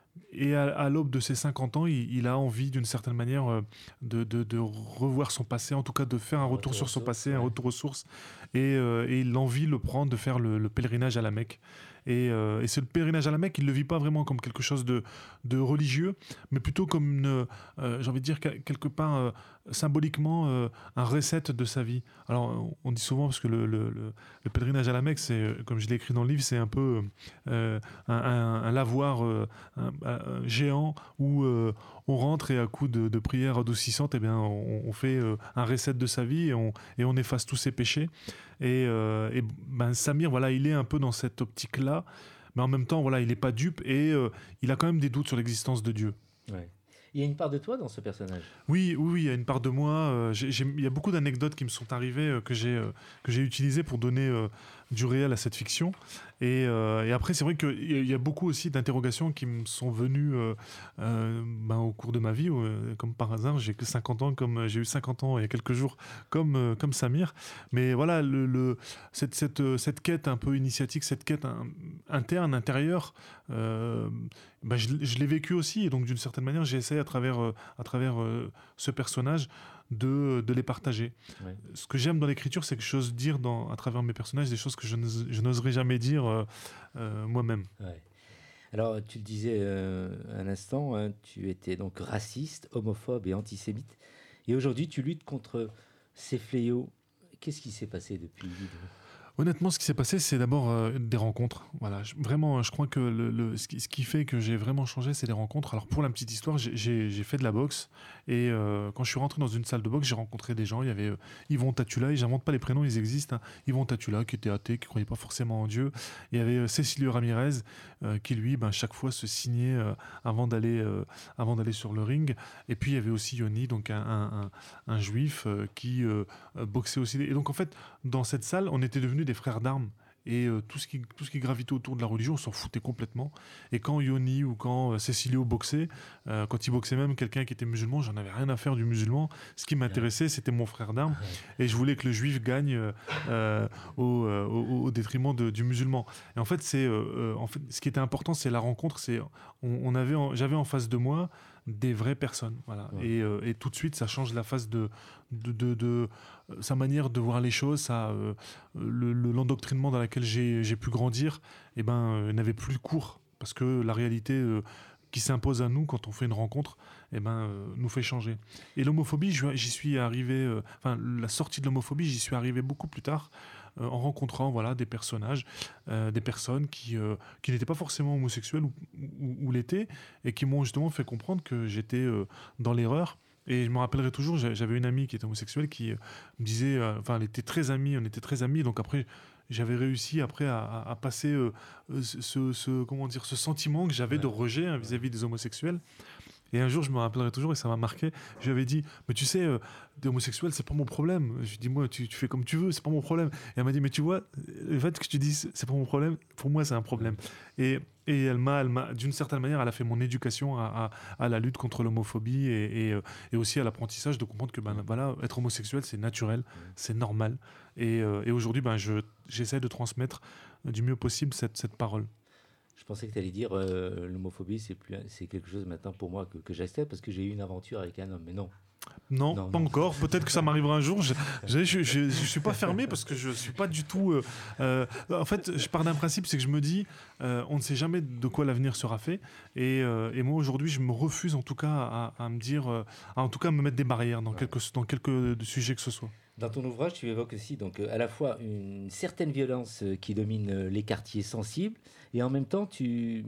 Et à, à l'aube de ses cinquante ans, il, il a envie d'une certaine manière euh, de, de- de revoir son passé, en tout cas de faire un, Un retour, retour sur aux son sources, passé, ouais. un retour aux sources. Et, euh, et l'envie le prend de faire le, le pèlerinage à la Mecque. Et, euh, et ce pèlerinage à la Mecque, il ne le vit pas vraiment comme quelque chose de, de religieux, mais plutôt comme, une, euh, j'ai envie de dire, quel- quelque part, euh, symboliquement, euh, un reset de sa vie. Alors, on dit souvent, parce que le, le- le- le pèlerinage à la Mecque, c'est, euh, comme je l'ai écrit dans le livre, c'est un peu euh, un, un- un lavoir euh, un- un géant où euh, on rentre et à coup de, de prières adoucissantes, eh bien, on, on fait euh, un reset de sa vie et on, et on efface tous ses péchés. Et, euh, et ben, Samir, voilà, il est un peu dans cette optique-là, mais en même temps, voilà, il n'est pas dupe et euh, il a quand même des doutes sur l'existence de Dieu. Ouais. Il y a une part de toi dans ce personnage. Oui, oui, oui, il y a une part de moi. euh, j'ai- j'ai- il y a beaucoup d'anecdotes qui me sont arrivées euh, que j'ai euh, que j'ai utilisées pour donner euh, du réel à cette fiction. Et, euh, et après, c'est vrai qu'il y a beaucoup aussi d'interrogations qui me sont venues euh, euh, ben, au cours de ma vie. Euh, comme par hasard, j'ai que cinquante ans, comme j'ai eu cinquante ans il y a quelques jours, comme, euh, comme Samir. Mais voilà, le, le, cette, cette, cette quête un peu initiatique, cette quête un, interne, intérieure, euh, ben, je, je l'ai vécue aussi. Et donc, d'une certaine manière, j'ai essayé à travers, euh, à travers euh, ce personnage de, de les partager. Ouais. Ce que j'aime dans l'écriture, c'est que j'ose dire dans, à travers mes personnages des choses que je, je n'oserais jamais dire euh, euh, moi-même. Ouais. Alors, tu le disais euh, un instant, hein, tu étais donc raciste, homophobe et antisémite. Et aujourd'hui, tu luttes contre ces fléaux. Qu'est-ce qui s'est passé depuis ? Honnêtement, ce qui s'est passé, c'est d'abord euh, des rencontres. Voilà, je, vraiment, je crois que le, le, ce, qui, ce qui fait que j'ai vraiment changé, c'est des rencontres. Alors, pour la petite histoire, j'ai, j'ai, j'ai fait de la boxe. Et euh, quand je suis rentré dans une salle de boxe, j'ai rencontré des gens. Il y avait euh, Yvon Tatula, et j'invente pas les prénoms, ils existent. Hein. Yvon Tatula, qui était athée, qui croyait pas forcément en Dieu. Il y avait euh, Cécilio Ramirez, euh, qui lui, ben, chaque fois se signait euh, avant, d'aller, euh, avant d'aller sur le ring. Et puis, il y avait aussi Yoni, donc un, un, un, un juif euh, qui euh, boxait aussi. Et donc, en fait, dans cette salle, on était devenus des frères d'armes. Et euh, tout, ce qui, tout ce qui gravitait autour de la religion, on s'en foutait complètement. Et quand Yoni ou quand euh, Cécilio boxait, euh, quand il boxait même quelqu'un qui était musulman, j'en avais rien à faire du musulman. Ce qui m'intéressait, c'était mon frère d'armes. Et je voulais que le juif gagne euh, au, euh, au, au détriment de, du musulman. Et en fait, c'est, euh, en fait, ce qui était important, c'est la rencontre. C'est, on, on avait, j'avais en face de moi des vraies personnes. Voilà. Ouais. Et, euh, et tout de suite, ça change la face de, de, de, de, de sa manière de voir les choses, ça, euh, le, le, l'endoctrinement dans lequel j'ai, j'ai pu grandir, eh ben, euh, n'avait plus cours. Parce que la réalité euh, qui s'impose à nous quand on fait une rencontre, eh ben, euh, nous fait changer. Et l'homophobie, j'y suis arrivé, euh, enfin, la sortie de l'homophobie, j'y suis arrivé beaucoup plus tard, euh, en rencontrant voilà, des personnages, euh, des personnes qui, euh, qui n'étaient pas forcément homosexuelles ou, ou, ou l'étaient, et qui m'ont justement fait comprendre que j'étais euh, dans l'erreur. Et je me rappellerai toujours, j'avais une amie qui était homosexuelle qui me disait, enfin, euh, elle était très amie, on était très amis, donc après, j'avais réussi après à, à passer euh, ce, ce, comment dire, ce sentiment que j'avais ouais. de rejet hein, vis-à-vis des homosexuels. Et un jour, je me rappellerai toujours, et ça m'a marqué, je lui avais dit, mais tu sais, euh, des homosexuels, c'est pas mon problème. Je lui ai dit, moi, tu, tu fais comme tu veux, c'est pas mon problème. Et elle m'a dit, mais tu vois, le fait que tu dises, c'est pas mon problème, pour moi, c'est un problème. Et, et elle m'a, elle m'a, d'une certaine manière, elle a fait mon éducation à, à, à la lutte contre l'homophobie et, et, et aussi à l'apprentissage de comprendre que, ben, voilà, être homosexuel, c'est naturel, c'est normal. Et, euh, et aujourd'hui, ben, je, j'essaie de transmettre du mieux possible cette, cette parole. Je pensais que tu allais dire euh, l'homophobie, c'est, plus, c'est quelque chose maintenant pour moi que, que j'accepte parce que j'ai eu une aventure avec un homme, mais non. Non, non pas non. encore. Peut-être que ça m'arrivera un jour. Je ne suis pas fermé parce que je ne suis pas du tout... Euh, euh, en fait, je pars d'un principe, c'est que je me dis, euh, on ne sait jamais de quoi l'avenir sera fait. Et, euh, et moi, aujourd'hui, je me refuse en tout cas à, à me dire... Euh, à en tout cas à me mettre des barrières dans, ouais. quelques, dans quelques sujets que ce soit. Dans ton ouvrage, tu évoques aussi donc, à la fois une certaine violence qui domine les quartiers sensibles et en même temps, tu,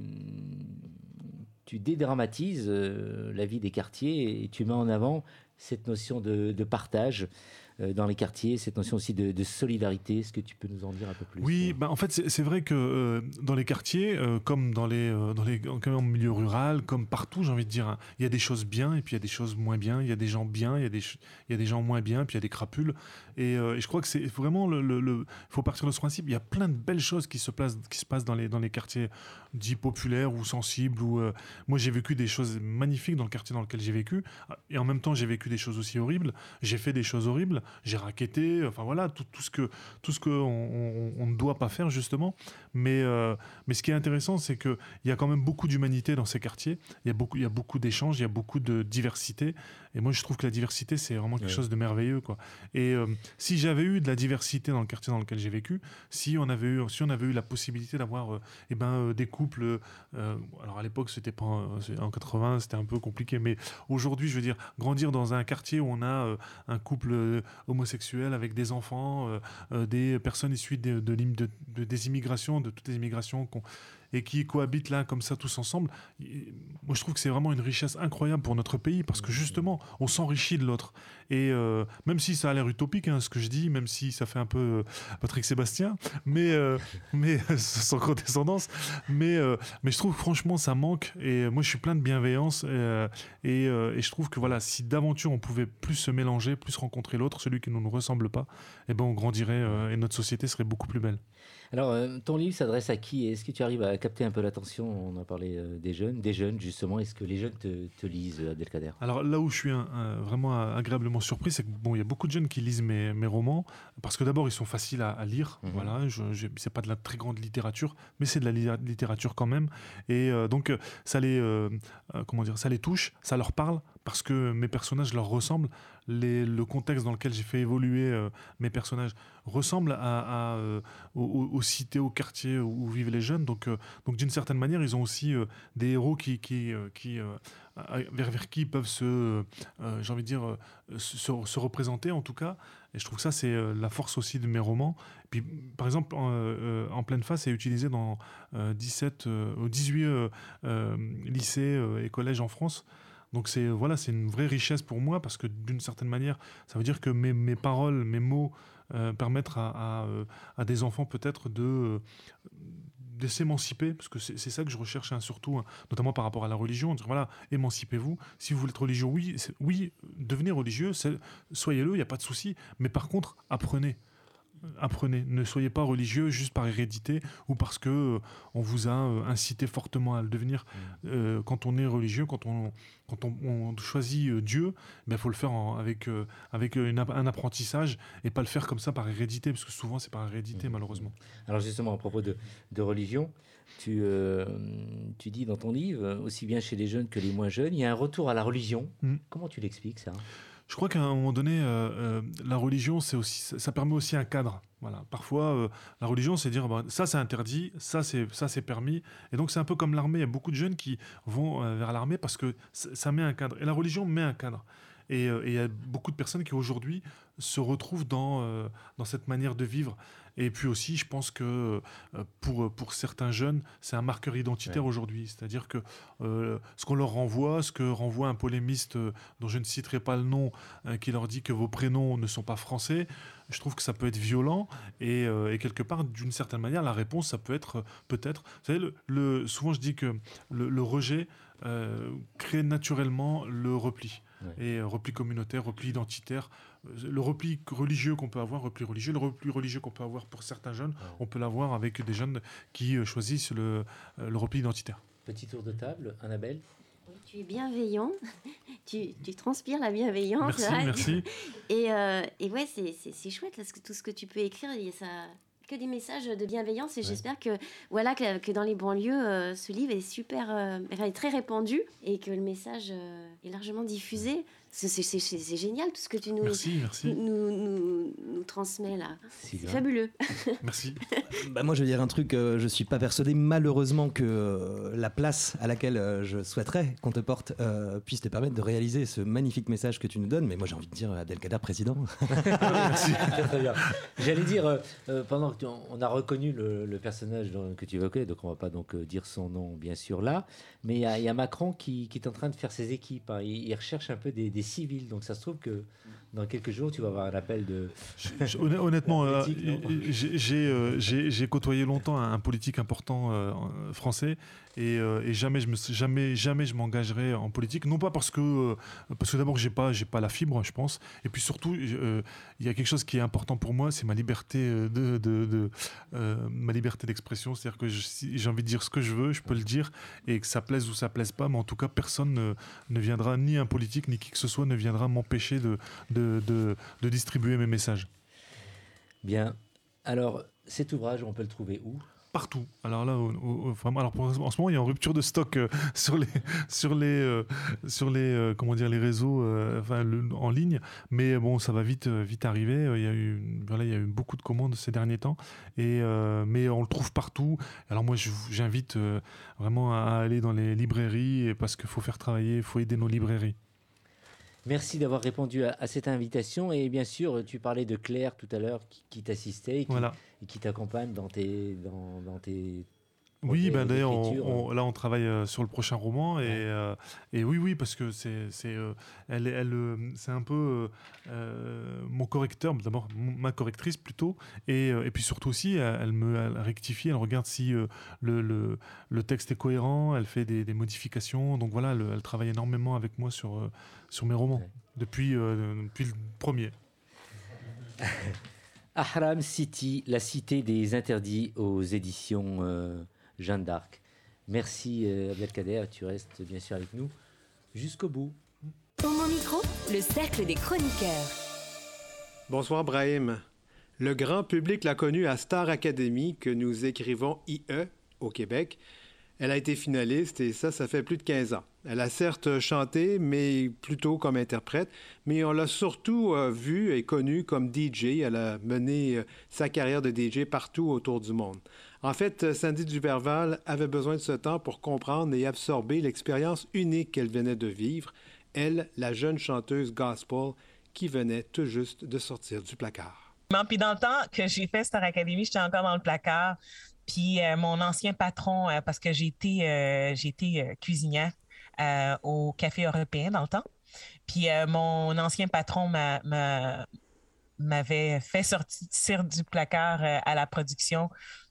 tu dédramatises la vie des quartiers et tu mets en avant cette notion de, de partage dans les quartiers, cette notion aussi de, de solidarité. Est-ce que tu peux nous en dire un peu plus ? Oui, bah en fait, c'est, c'est vrai que euh, dans les quartiers, euh, comme dans les, euh, dans les comme en milieu rural, comme partout, j'ai envie de dire, hein, il y a des choses bien et puis il y a des choses moins bien. Il y a des gens bien, il y a des, il y a des gens moins bien, puis il y a des crapules. Et, euh, et je crois que c'est vraiment le, le, le faut partir de ce principe. Il y a plein de belles choses qui se passent, qui se passent dans les, dans les quartiers dits populaires ou sensibles. Ou euh, moi, j'ai vécu des choses magnifiques dans le quartier dans lequel j'ai vécu, et en même temps, j'ai vécu des choses aussi horribles. J'ai fait des choses horribles. J'ai racketté, enfin voilà, tout, tout ce que tout ce que on, on, on ne doit pas faire justement. Mais euh, mais ce qui est intéressant, c'est que il y a quand même beaucoup d'humanité dans ces quartiers. Il y a beaucoup il y a beaucoup d'échanges, il y a beaucoup de diversité. Et moi, je trouve que la diversité, c'est vraiment quelque ouais. chose de merveilleux, quoi. Et euh, si j'avais eu de la diversité dans le quartier dans lequel j'ai vécu, si on avait eu si on avait eu la possibilité d'avoir euh, eh ben euh, des couples, euh, alors à l'époque c'était pas euh, en quatre-vingts, c'était un peu compliqué, mais aujourd'hui, je veux dire, grandir dans un quartier où on a euh, un couple euh, homosexuels avec des enfants, euh, euh, des personnes issues de, de, de, de, des immigrations, de toutes les immigrations qu'on... et qui cohabitent là comme ça tous ensemble. Et moi, je trouve que c'est vraiment une richesse incroyable pour notre pays parce que justement, on s'enrichit de l'autre. Et euh, même si ça a l'air utopique, hein, ce que je dis, même si ça fait un peu euh, Patrick Sébastien, mais, euh, mais sans condescendance, mais, euh, mais je trouve franchement ça manque. Et moi, je suis plein de bienveillance euh, et, euh, et je trouve que voilà, si d'aventure on pouvait plus se mélanger, plus rencontrer l'autre, celui qui ne nous ressemble pas, eh ben on grandirait euh, et notre société serait beaucoup plus belle. Alors, euh, ton livre s'adresse à qui? Est-ce que tu arrives à capter un peu l'attention? On a parlé euh, des jeunes, des jeunes justement. Est-ce que les jeunes te, te lisent, Abdelkader? Alors là où je suis un, un, vraiment agréablement surpris, c'est que bon, il y a beaucoup de jeunes qui lisent mes, mes romans parce que d'abord ils sont faciles à, à lire. Mm-hmm. Voilà, je, je, c'est pas de la très grande littérature, mais c'est de la li- littérature quand même. Et euh, donc ça les, euh, comment dire, ça les touche, ça leur parle parce que mes personnages leur ressemblent. Les, le contexte dans lequel j'ai fait évoluer euh, mes personnages ressemble à, à, euh, aux, aux cités, aux quartiers où, où vivent les jeunes. Donc, euh, donc d'une certaine manière, ils ont aussi euh, des héros qui, qui, euh, qui, euh, vers, vers qui ils peuvent se, euh, j'ai envie de dire, euh, se, se représenter en tout cas. Et je trouve que ça, c'est euh, la force aussi de mes romans. Puis, par exemple, en, euh, en pleine face, c'est utilisé dans euh, dix-sept, euh, dix-huit euh, euh, lycées euh, et collèges en France. Donc c'est, voilà, c'est une vraie richesse pour moi parce que d'une certaine manière, ça veut dire que mes, mes paroles, mes mots euh, permettent à, à, à des enfants peut-être de, de s'émanciper, parce que c'est, c'est ça que je recherche hein, surtout, hein, notamment par rapport à la religion. Dire, voilà, émancipez-vous. Si vous voulez être religieux, oui, oui devenez religieux, c'est, soyez-le, il n'y a pas de souci. Mais par contre, apprenez. Apprenez, ne soyez pas religieux juste par hérédité ou parce que euh, on vous a euh, incité fortement à le devenir. Mmh. Euh, quand on est religieux, quand on, quand on, on choisit euh, Dieu, il faut le faire en, avec, euh, avec une, un apprentissage et pas le faire comme ça par hérédité, parce que souvent c'est par hérédité mmh. malheureusement. Alors justement, à propos de, de religion, tu, euh, tu dis dans ton livre, aussi bien chez les jeunes que les moins jeunes, il y a un retour à la religion. Mmh. Comment tu l'expliques ça ? Je crois qu'à un moment donné, euh, euh, la religion, c'est aussi, ça, ça permet aussi un cadre. Voilà. Parfois, euh, la religion, c'est dire bah, ça, c'est interdit, ça c'est, ça, c'est permis. Et donc, c'est un peu comme l'armée. Il y a beaucoup de jeunes qui vont euh, vers l'armée parce que ça, ça met un cadre. Et la religion met un cadre. Et euh, il y a beaucoup de personnes qui, aujourd'hui, se retrouvent dans, euh, dans cette manière de vivre. Et puis aussi, je pense que euh, pour, pour certains jeunes, c'est un marqueur identitaire ouais. aujourd'hui. C'est-à-dire que euh, ce qu'on leur renvoie, ce que renvoie un polémiste euh, dont je ne citerai pas le nom, euh, qui leur dit que vos prénoms ne sont pas français, je trouve que ça peut être violent. Et, euh, et quelque part, d'une certaine manière, la réponse, ça peut être euh, peut-être... Vous savez, le, le, souvent je dis que le, le rejet euh, crée naturellement le repli. Ouais. Et euh, repli communautaire, repli identitaire, le repli religieux qu'on peut avoir, repli religieux, le repli religieux qu'on peut avoir pour certains jeunes, ouais. on peut l'avoir avec des jeunes qui euh, choisissent le, euh, le repli identitaire. Petit tour de table, Annabelle. Oui, tu es bienveillant, tu, tu transpires la bienveillance. Merci, ouais. merci. Et, euh, et ouais, c'est, c'est, c'est chouette, là, tout ce que tu peux écrire, il y a ça... que des messages de bienveillance et ouais. j'espère que voilà que, que dans les banlieues euh, ce livre est super euh, est très répandu et que le message euh, est largement diffusé. C'est, c'est, c'est, c'est génial tout ce que tu nous merci, merci. Nous, nous, nous transmets là. C'est, c'est fabuleux. Merci. Bah moi je vais dire un truc, euh, je suis pas persuadé malheureusement que euh, la place à laquelle euh, je souhaiterais qu'on te porte euh, puisse te permettre de réaliser ce magnifique message que tu nous donnes, mais moi j'ai envie de dire Abdelkader président. Merci. Très bien. J'allais dire euh, euh, pendant que tu, on a reconnu le, le personnage dont, que tu évoquais, donc on va pas donc euh, dire son nom bien sûr là, mais il y, y a Macron qui, qui est en train de faire ses équipes, hein. il, il recherche un peu des, des civils, donc ça se trouve que dans quelques jours tu vas avoir un appel de... Je, je, honnêtement, euh, j'ai, j'ai, euh, j'ai, j'ai côtoyé longtemps un, un politique important euh, français et, euh, et jamais je me jamais jamais je m'engagerai en politique, non pas parce que euh, parce que d'abord j'ai pas j'ai pas la fibre je pense, et puis surtout il euh, y a quelque chose qui est important pour moi, c'est ma liberté de, de, de euh, ma liberté d'expression, c'est-à-dire que je, si j'ai envie de dire ce que je veux, je peux le dire, et que ça plaise ou ça plaise pas, mais en tout cas personne ne, ne viendra, ni un politique ni qui que ce soit ne viendra m'empêcher de de, de de distribuer mes messages. Bien. Alors cet ouvrage, on peut le trouver où ? Partout. Alors là, au, au, vraiment, alors pour, en ce moment, il y a une rupture de stock euh, sur les, sur les, euh, sur les, euh, comment dire, les réseaux, euh, enfin, le, en ligne. Mais bon, ça va vite, vite arriver. Il y a eu, voilà, il y a eu beaucoup de commandes ces derniers temps. Et euh, mais on le trouve partout. Alors moi, je, j'invite euh, vraiment à aller dans les librairies, parce qu'il faut faire travailler, il faut aider nos librairies. Merci d'avoir répondu à, à cette invitation. Et bien sûr, tu parlais de Claire tout à l'heure qui, qui t'assistait et qui, voilà. et qui t'accompagne dans tes, dans, dans tes Oui, ben et d'ailleurs, on- d'écriture. on- là, on travaille euh, sur le prochain roman et, Ouais. euh, et oui, oui, parce que c'est, c'est, euh, elle, est- elle, euh, c'est un peu euh, euh, mon correcteur, d'abord mon- ma correctrice plutôt, et, euh, et puis surtout aussi, elle, elle me elle rectifie, elle regarde si euh, le, le, le texte est cohérent, elle fait des, des modifications, donc voilà, elle, elle travaille énormément avec moi sur, euh, sur mes romans Ouais. depuis, euh, depuis le premier. Ahram City, la cité des interdits aux éditions euh, Jeanne d'Arc. Merci euh, Abdelkader, tu restes bien sûr avec nous jusqu'au bout. Au mon micro, le cercle des chroniqueurs. Bonsoir Brahim. Le grand public l'a connue à Star Academy, que nous écrivons I E au Québec. Elle a été finaliste et ça, ça fait plus de quinze ans. Elle a certes chanté, mais plutôt comme interprète, mais on l'a surtout euh, vue et connue comme D J. Elle a mené euh, sa carrière de D J partout autour du monde. En fait, Sandy Duberval avait besoin de ce temps pour comprendre et absorber l'expérience unique qu'elle venait de vivre, elle, la jeune chanteuse gospel qui venait tout juste de sortir du placard. Puis dans le temps que j'ai fait Star Academy, j'étais encore dans le placard. Puis euh, mon ancien patron, euh, parce que j'ai été, euh, j'ai été euh, cuisinière euh, au Café Européen dans le temps. Puis euh, mon ancien patron m'a, m'a, m'avait fait sortir du placard euh, à la production.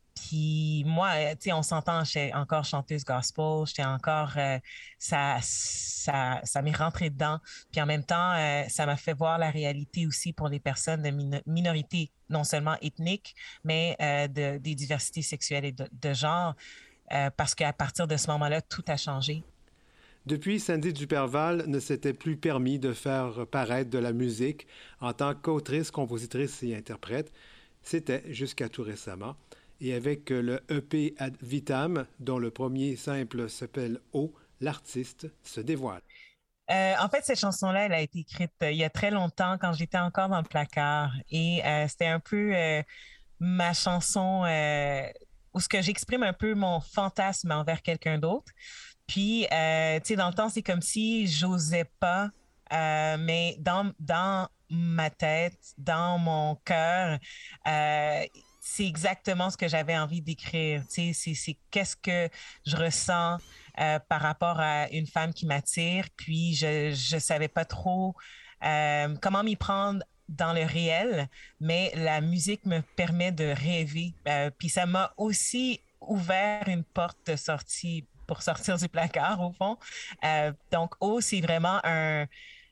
Puis moi, euh, tu sais, on s'entend, j'étais encore chanteuse gospel, j'étais encore, euh, ça, ça, ça m'est rentré dedans. Puis en même temps, euh, ça m'a fait voir la réalité aussi pour les personnes de min- minorités, non seulement ethniques, mais euh, de, des diversités sexuelles et de, de genre, euh, parce qu'à partir de ce moment-là, tout a changé. Depuis, Sandy Duperval ne s'était plus permis de faire paraître de la musique en tant qu'autrice, compositrice et interprète. C'était jusqu'à tout récemment. Et avec le E P Ad Vitam, dont le premier simple s'appelle « O », l'artiste se dévoile. Euh, en fait, cette chanson-là, elle a été écrite euh, il y a très longtemps, quand j'étais encore dans le placard. Et euh, c'était un peu euh, ma chanson euh, où ce que j'exprime un peu mon fantasme envers quelqu'un d'autre. Puis, euh, tu sais, dans le temps, c'est comme si j'osais pas, euh, mais dans, dans ma tête, dans mon cœur, euh, c'est exactement ce que j'avais envie d'écrire. Tu sais, c'est, c'est qu'est-ce que je ressens euh, par rapport à une femme qui m'attire. Puis, je je savais pas trop euh, comment m'y prendre dans le réel, mais la musique me permet de rêver. Euh, puis, ça m'a aussi ouvert une porte de sortie pour sortir du placard, au fond. Euh, donc, oh, c'est vraiment un...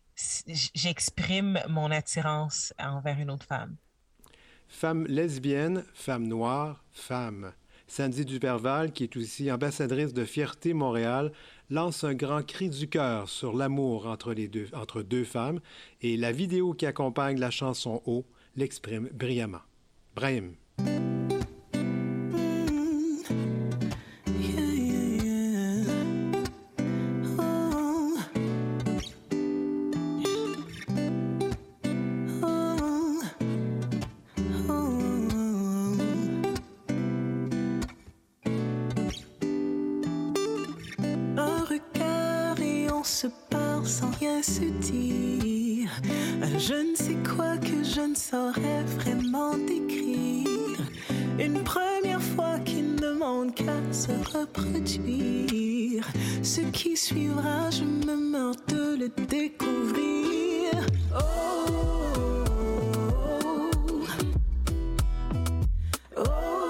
J'exprime mon attirance envers une autre femme. Femme lesbienne, femme noire, femme. Sandy Duperval, qui est aussi ambassadrice de Fierté Montréal, lance un grand cri du cœur sur l'amour entre, les deux, entre deux femmes et la vidéo qui accompagne la chanson « O » l'exprime brillamment. Brahim. Se parle sans rien se dire. Je ne sais quoi que je ne saurais vraiment décrire. Une première fois qui ne demande qu'à se reproduire. Ce qui suivra, je me meurs de le découvrir. Oh, oh,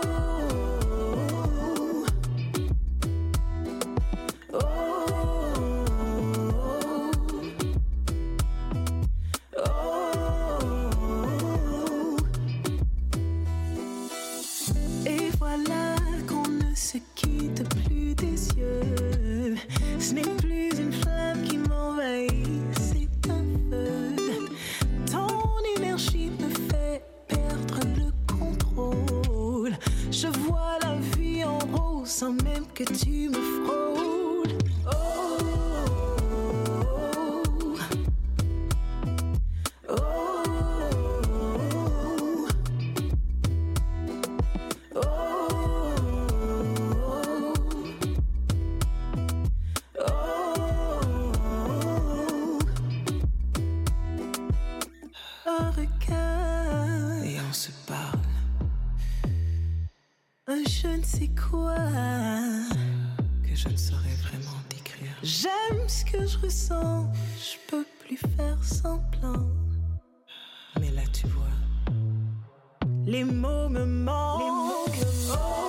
ce n'est plus une flamme qui m'envahit, c'est un feu. Ton énergie me fait perdre le contrôle. Je vois la vie en rose sans même que tu me frôles. Oh, oh, oh, un regard et on se parle. Un je ne sais quoi. je ressens, je peux plus faire semblant. Mais là tu vois, les mots me manquent. Les mots me manquent.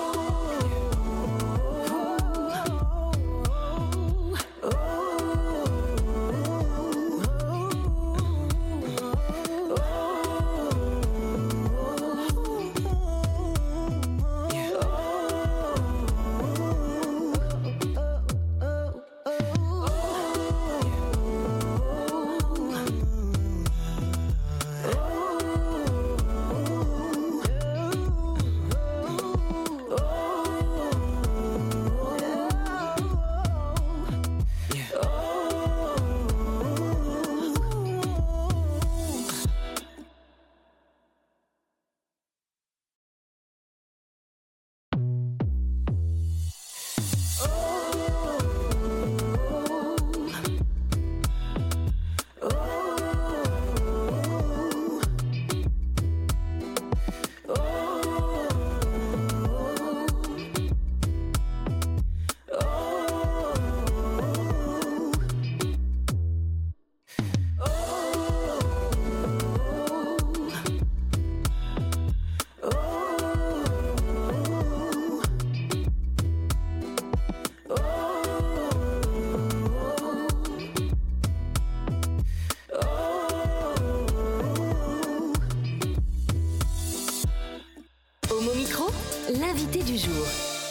L'invité du jour.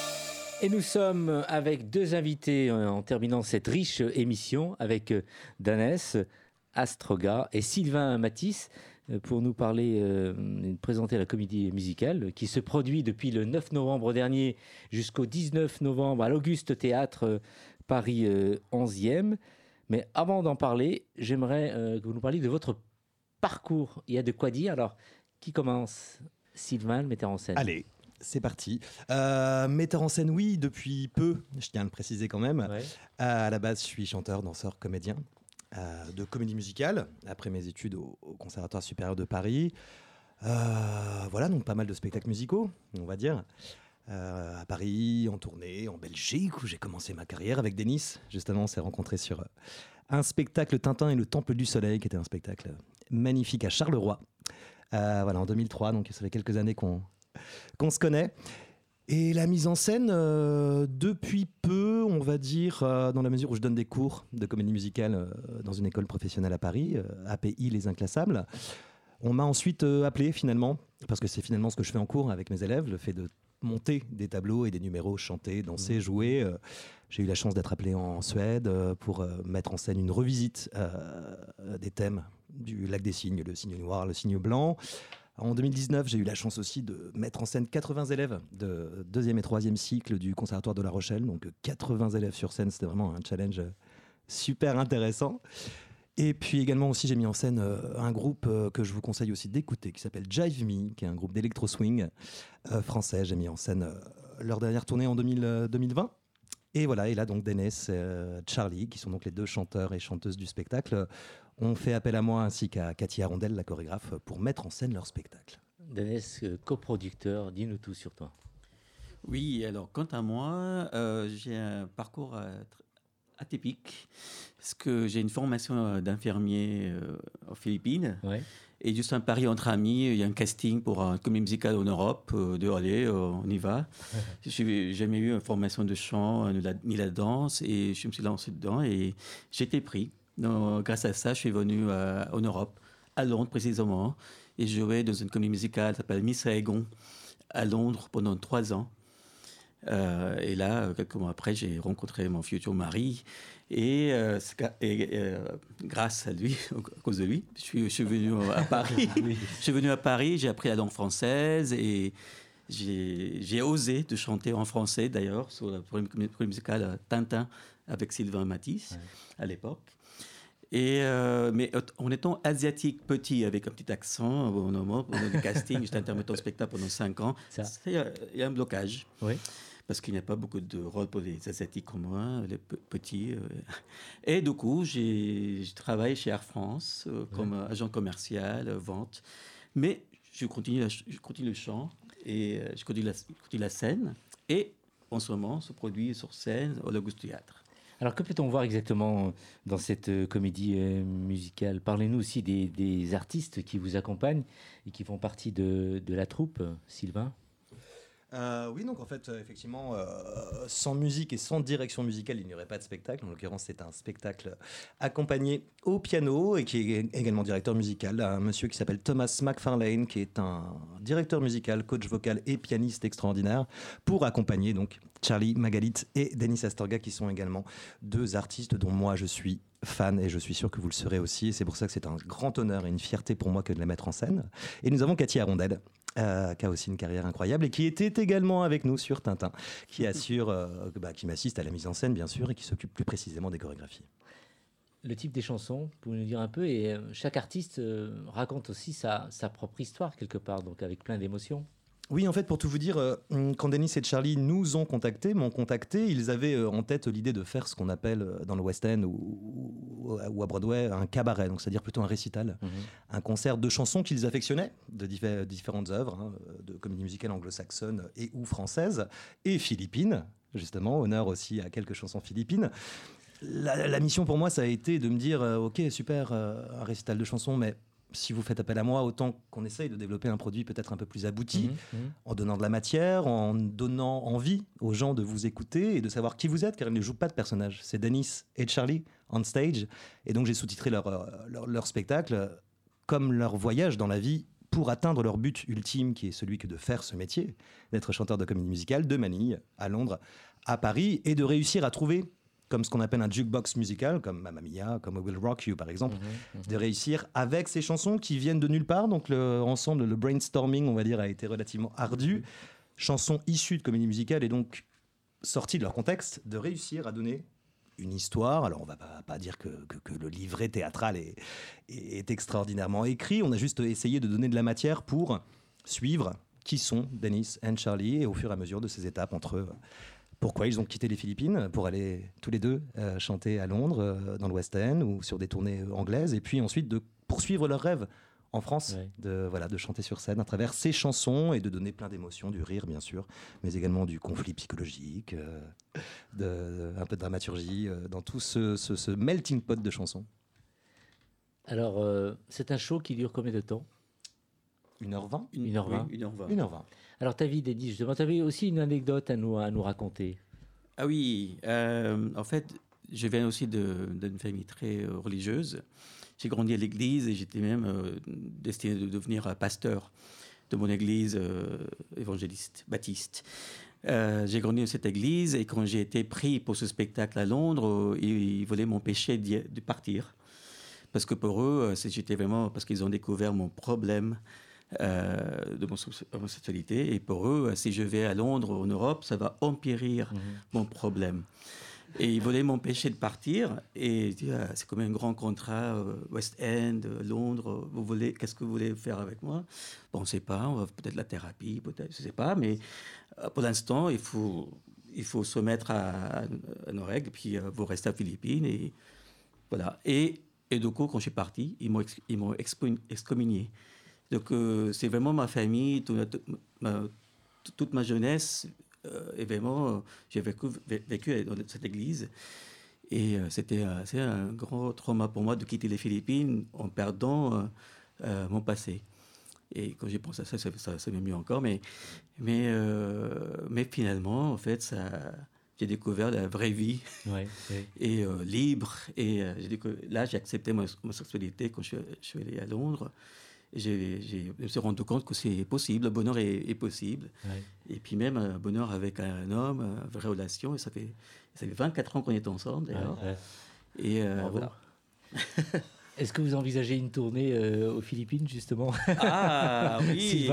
Et nous sommes avec deux invités en terminant cette riche émission avec Danès Astroga et Sylvain Matisse pour nous parler, euh, présenter la comédie musicale qui se produit depuis le neuf novembre dernier jusqu'au dix-neuf novembre à l'Auguste Théâtre Paris euh, onzième. Mais avant d'en parler, j'aimerais euh, que vous nous parliez de votre parcours. Il y a de quoi dire. Alors, qui commence ? Sylvain, le metteur en scène. Allez. C'est parti. Euh, metteur en scène, oui, depuis peu, je tiens à le préciser quand même. Ouais. À la base, je suis chanteur, danseur, comédien euh, de comédie musicale, après mes études au, au Conservatoire supérieur de Paris. Euh, voilà, donc pas mal de spectacles musicaux, on va dire. Euh, à Paris, en tournée, en Belgique, où j'ai commencé ma carrière avec Denis. Justement, on s'est rencontrés sur un spectacle Tintin et le Temple du Soleil, qui était un spectacle magnifique à Charleroi. Euh, voilà, en deux mille trois, donc ça fait quelques années qu'on... qu'on se connaît. Et la mise en scène, euh, depuis peu, on va dire, euh, dans la mesure où je donne des cours de comédie musicale euh, dans une école professionnelle à Paris, euh, A P I Les Inclassables. On m'a ensuite euh, appelé finalement, parce que c'est finalement ce que je fais en cours avec mes élèves, le fait de monter des tableaux et des numéros, chanter, danser, mmh. jouer. Euh, j'ai eu la chance d'être appelé en Suède euh, pour euh, mettre en scène une revisite euh, des thèmes du Lac des Cygnes, le cygne noir, le cygne blanc. En deux mille dix-neuf, j'ai eu la chance aussi de mettre en scène quatre-vingts élèves de deuxième et troisième cycle du Conservatoire de La Rochelle. Donc quatre-vingts élèves sur scène, c'était vraiment un challenge super intéressant. Et puis également aussi, j'ai mis en scène un groupe que je vous conseille aussi d'écouter, qui s'appelle Jive Me, qui est un groupe d'électro-swing euh, français. J'ai mis en scène euh, leur dernière tournée en deux mille, euh, deux mille vingt. Et voilà, et là donc Denis et euh, Charlie, qui sont donc les deux chanteurs et chanteuses du spectacle, ont fait appel à moi ainsi qu'à Cathy Arondel, la chorégraphe, pour mettre en scène leur spectacle. Denis, euh, coproducteur, dis-nous tout sur toi. Oui, alors quant à moi, euh, j'ai un parcours euh, atypique, parce que j'ai une formation d'infirmier euh, aux Philippines. Ouais. Et juste un pari entre amis, il y a un casting pour un comédie musicale en Europe, euh, de allez, euh, on y va. Je n'ai jamais eu une formation de chant, ni la, ni la danse, et je me suis lancé dedans et j'ai été pris. Donc, grâce à ça, je suis venu euh, en Europe, à Londres précisément, et je jouais dans une comédie musicale qui s'appelle Miss Saigon, à Londres pendant trois ans. Euh, et là, quelques mois après, j'ai rencontré mon futur mari. Et, euh, et euh, grâce à lui, à cause de lui, je suis, je suis venu à Paris. Oui. Je suis venu à Paris, j'ai appris la langue française et j'ai, j'ai osé de chanter en français, d'ailleurs, sur la comédie musicale Tintin avec Sylvain Matisse, ouais. à l'époque. Et euh, mais en étant asiatique petit, avec un petit accent, au moment du casting, j'étais intermittent au spectacle pendant cinq ans, il y, y a un blocage. Oui. Parce qu'il n'y a pas beaucoup de rôles pour les Asiatiques comme moi, les p- petits. Euh. Et du coup, j'ai, j'ai travaillé chez Air France euh, comme ouais. agent commercial, euh, vente. Mais je continue, la, je continue le chant et euh, je continue la, je continue la scène. Et en ce moment, se produit sur scène au Auguste Théâtre. Alors que peut-on voir exactement dans cette euh, comédie euh, musicale? Parlez-nous aussi des, des artistes qui vous accompagnent et qui font partie de, de la troupe, Sylvain. Euh, oui, donc en fait, euh, effectivement, euh, sans musique et sans direction musicale, il n'y aurait pas de spectacle. En l'occurrence, c'est un spectacle accompagné au piano et qui est également directeur musical. Un monsieur qui s'appelle Thomas McFarlane, qui est un directeur musical, coach vocal et pianiste extraordinaire, pour accompagner donc Charlie Magalit et Denis Astorga, qui sont également deux artistes dont moi je suis fan et je suis sûr que vous le serez aussi. Et c'est pour ça que c'est un grand honneur et une fierté pour moi que de les mettre en scène. Et nous avons Cathy Arondel. Euh, qui a aussi une carrière incroyable et qui était également avec nous sur Tintin, qui assure, euh, bah, qui m'assiste à la mise en scène bien sûr et qui s'occupe plus précisément des chorégraphies. Le type des chansons, vous nous dire un peu, et euh, chaque artiste euh, raconte aussi sa, sa propre histoire quelque part, donc avec plein d'émotions. Oui, en fait, pour tout vous dire, euh, quand Denis et Charlie nous ont contactés, m'ont contacté, ils avaient euh, en tête l'idée de faire ce qu'on appelle euh, dans le West End ou, ou, ou à Broadway un cabaret, donc c'est-à-dire plutôt un récital, mmh. un concert de chansons qu'ils affectionnaient, de diffé- différentes œuvres, hein, de comédie musicale anglo-saxonne et ou française, et philippines, justement, honneur aussi à quelques chansons philippines. La, la mission pour moi, ça a été de me dire, euh, ok, super, euh, un récital de chansons, mais si vous faites appel à moi, autant qu'on essaye de développer un produit peut-être un peu plus abouti, mmh, mmh. en donnant de la matière, en donnant envie aux gens de vous écouter et de savoir qui vous êtes, car ils ne jouent pas de personnages. C'est Denis et Charlie on stage, et donc j'ai sous-titré leur, leur, leur spectacle comme leur voyage dans la vie pour atteindre leur but ultime, qui est celui que de faire ce métier, d'être chanteur de comédie musicale de Manille à Londres, à Paris, et de réussir à trouver, comme ce qu'on appelle un jukebox musical, comme Mamma Mia, comme I Will Rock You par exemple, mmh, mmh. de réussir avec ces chansons qui viennent de nulle part. Donc le, ensemble, le brainstorming, on va dire, a été relativement ardu. Mmh. Chansons issues de comédie musicale et donc sorties de leur contexte, de réussir à donner une histoire. Alors on va pas, pas dire que, que, que le livret théâtral est, est extraordinairement écrit, on a juste essayé de donner de la matière pour suivre qui sont Denis et Charlie, et au fur et à mesure de ces étapes entre eux. Pourquoi ils ont quitté les Philippines pour aller tous les deux euh, chanter à Londres, euh, dans le West End ou sur des tournées anglaises, et puis ensuite de poursuivre leur rêve en France, ouais. de, voilà, de chanter sur scène à travers ces chansons et de donner plein d'émotions, du rire bien sûr, mais également du conflit psychologique, euh, de, un peu de dramaturgie, euh, dans tout ce, ce, ce melting pot de chansons. Alors, euh, c'est un show qui dure combien de temps ? une heure vingt une heure vingt Oui, une heure vingt. une heure vingt. Alors, ta vie, Denis, justement, tu avais aussi une anecdote à nous, à nous raconter. Ah oui, euh, en fait, je viens aussi de, d'une famille très euh, religieuse. J'ai grandi à l'église et j'étais même euh, destiné de devenir pasteur de mon église euh, évangéliste, baptiste. Euh, j'ai grandi dans cette église et quand j'ai été pris pour ce spectacle à Londres, euh, ils, ils voulaient m'empêcher de partir. Parce que pour eux, j'étais vraiment... Parce qu'ils ont découvert mon problème euh, de mon homosexualité. Et pour eux, si je vais à Londres, en Europe, ça va empirir mmh. mon problème. Et ils voulaient m'empêcher de partir. Et je dis, ah, c'est comme un grand contrat, euh, West End, Londres. Vous voulez, qu'est-ce que vous voulez faire avec moi ? Bon, on ne sait pas. On va peut-être la thérapie, peut-être, je ne sais pas. Mais euh, pour l'instant, il faut, il faut se mettre à, à nos règles. Puis euh, vous restez à Philippines. Et voilà. Et, et du coup, quand je suis parti, ils m'ont, ex, ils m'ont excommunié. Donc, euh, c'est vraiment ma famille, toute, toute, ma, toute ma jeunesse. Euh, et vraiment, euh, j'ai vécu, vécu dans cette église. Et euh, c'était euh, c'est un grand trauma pour moi de quitter les Philippines en perdant euh, euh, mon passé. Et quand j'y pense à ça, ça, ça, ça m'est mieux encore. Mais, mais, euh, mais finalement, en fait, ça, j'ai découvert la vraie vie ouais, ouais. et euh, libre. Et euh, j'ai découvert, là, j'ai accepté ma homosexualité quand je, je suis allé à Londres. J'ai, j'ai, je me suis rendu compte que c'est possible, le bonheur est, est possible. Ouais. Et puis même un bonheur avec un homme, une vraie relation. Et ça fait, ça fait vingt-quatre ans qu'on est ensemble, d'ailleurs. Ouais, ouais. Et euh, voilà. Est-ce que vous envisagez une tournée euh, aux Philippines, justement ? Ah oui.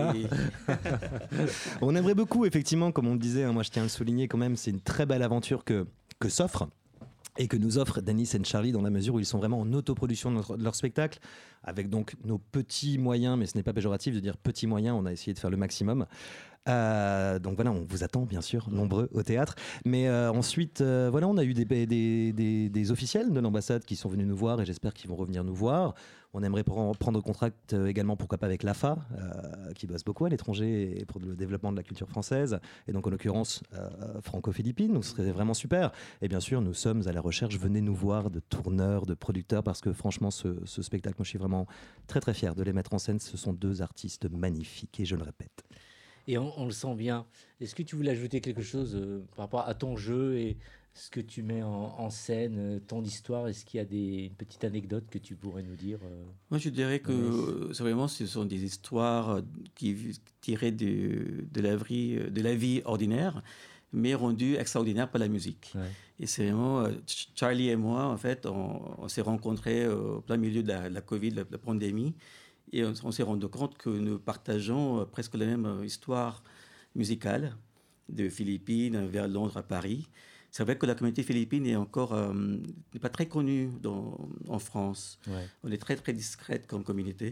On aimerait beaucoup, effectivement, comme on le disait, hein, moi je tiens à le souligner quand même, c'est une très belle aventure que, que s'offre. Et que nous offrent Denis et Charlie dans la mesure où ils sont vraiment en autoproduction de, notre, de leur spectacle, avec donc nos petits moyens, mais ce n'est pas péjoratif de dire petits moyens, on a essayé de faire le maximum. Euh, donc voilà, on vous attend bien sûr, nombreux au théâtre. Mais euh, ensuite, euh, voilà, on a eu des, des, des, des officiels de l'ambassade qui sont venus nous voir et j'espère qu'ils vont revenir nous voir. On aimerait prendre contact également, pourquoi pas, avec l'A F A, euh, qui bosse beaucoup à l'étranger et pour le développement de la culture française, et donc en l'occurrence euh, franco-philippine, donc ce serait vraiment super. Et bien sûr, nous sommes à la recherche, venez nous voir, de tourneurs, de producteurs, parce que franchement, ce, ce spectacle, moi je suis vraiment très très fier de les mettre en scène. Ce sont deux artistes magnifiques, et je le répète. Et on, on le sent bien. Est-ce que tu voulais ajouter quelque chose euh, par rapport à ton jeu et ce que tu mets en, en scène, ton histoire? Est-ce qu'il y a des, une petite anecdote que tu pourrais nous dire euh, Moi, je dirais que euh, vraiment, ce sont des histoires qui tirées de, de, la vie, de la vie ordinaire, mais rendues extraordinaires par la musique. Ouais. Et c'est vraiment, euh, Charlie et moi, en fait, on, on s'est rencontrés euh, au plein milieu de la, de la Covid, de la, la pandémie, et on, on s'est rendu compte que nous partageons euh, presque la même euh, histoire musicale, de Philippines vers Londres à Paris. C'est vrai que la communauté philippine est encore euh, n'est pas très connue dans, en France. Ouais. On est très très discrète comme communauté,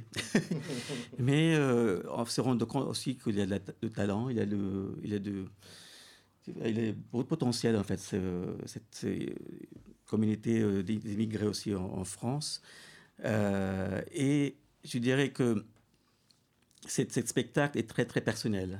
mais euh, on se rend compte aussi qu'il y a le talent, il y a le, il y a de, il y a beaucoup de potentiel en fait. C'est, cette, cette communauté euh, d'immigrés aussi en, en France, euh, et je dirais que cet, cet spectacle est très très personnel.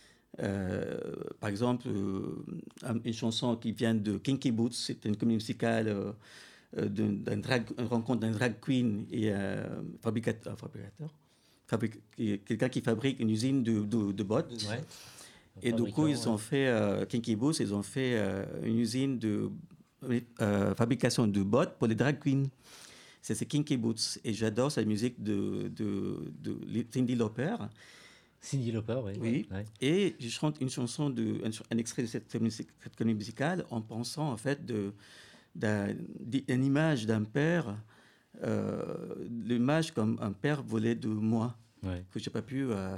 Euh, par exemple, euh, une chanson qui vient de Kinky Boots, c'est une comédie musicale euh, d'un drag, une rencontre d'un drag queen et un euh, fabricateur, fabricateur fabric, quelqu'un qui fabrique une usine de, de, de bottes. Ouais. Et du coup, ils ouais. ont fait, euh, Kinky Boots, ils ont fait euh, une usine de euh, fabrication de bottes pour les drag queens. C'est, c'est Kinky Boots. Et j'adore sa musique de, de, de, de Cyndi Lauper. Cyndi Lauper, oui. Oui. Ouais. Et je chante une chanson, de, un, un extrait de cette, cette comédie musicale en pensant en fait de, d'un, d'une image d'un père, euh, l'image comme un père volé de moi, ouais. que je n'ai pas pu euh,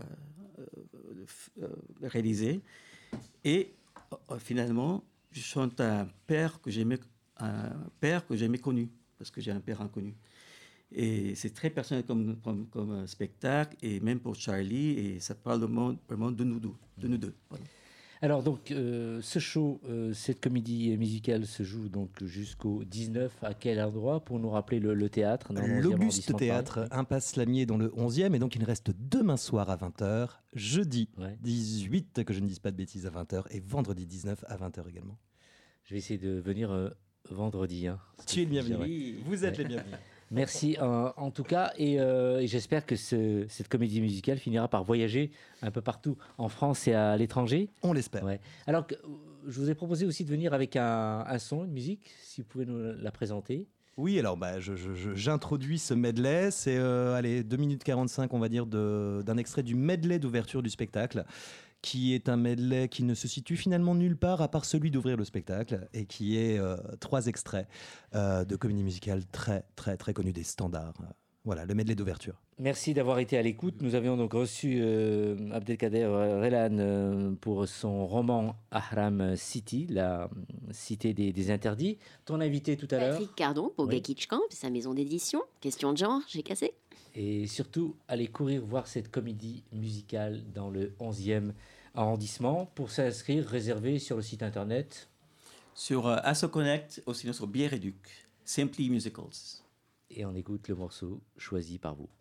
euh, réaliser. Et euh, finalement, je chante un père que j'aimais, un père que j'aimais connu, parce que j'ai un père inconnu. Et c'est très personnel comme, comme, comme un spectacle, et même pour Charlie, et ça parle vraiment, vraiment de nous deux. De nous deux voilà. Alors, donc, euh, ce show, euh, cette comédie musicale se joue donc jusqu'au dix-neuf. À quel endroit, pour nous rappeler le, le théâtre? L'Auguste Théâtre, Impasse Lamier, dans le onzième, et donc il reste demain soir à vingt heures, jeudi ouais. dix-huit, que je ne dise pas de bêtises, à vingt heures, et vendredi dix-neuf à vingt heures également. Je vais essayer de venir euh, vendredi. Hein, tu es le bienvenu, oui. Vous êtes ouais. les bienvenus. Merci en, en tout cas, et, euh, et j'espère que ce, cette comédie musicale finira par voyager un peu partout en France et à l'étranger. On l'espère. Ouais. Alors, que, je vous ai proposé aussi de venir avec un, un son, une musique, si vous pouvez nous la présenter. Oui, alors bah, je, je, je, j'introduis ce medley, c'est euh, allez, deux minutes quarante-cinq, on va dire, de, d'un extrait du medley d'ouverture du spectacle, qui est un medley qui ne se situe finalement nulle part à part celui d'ouvrir le spectacle, et qui est euh, trois extraits euh, de comédie musicale très très très connus, des standards. Voilà, le medley d'ouverture. Merci d'avoir été à l'écoute. Nous avions donc reçu euh, Abdelkader Relan euh, pour son roman Ahram City, la cité des, des interdits. Ton invité tout à l'heure, Patrick Cardon pour oui. Gay Camp, sa maison d'édition. Question de genre, j'ai cassé. Et surtout, allez courir voir cette comédie musicale dans le onzième arrondissement. Pour s'inscrire, réservé sur le site internet. Sur euh, AssoConnect, ou sinon sur Biéréduc, Simply Musicals. Et on écoute le morceau choisi par vous.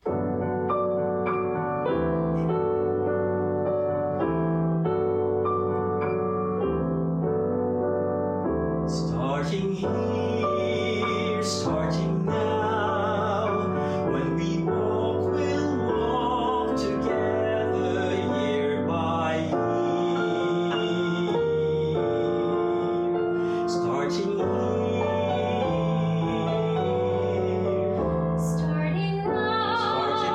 Starting here, starting now, when we walk, we'll walk together year by year. Starting here, starting now, starting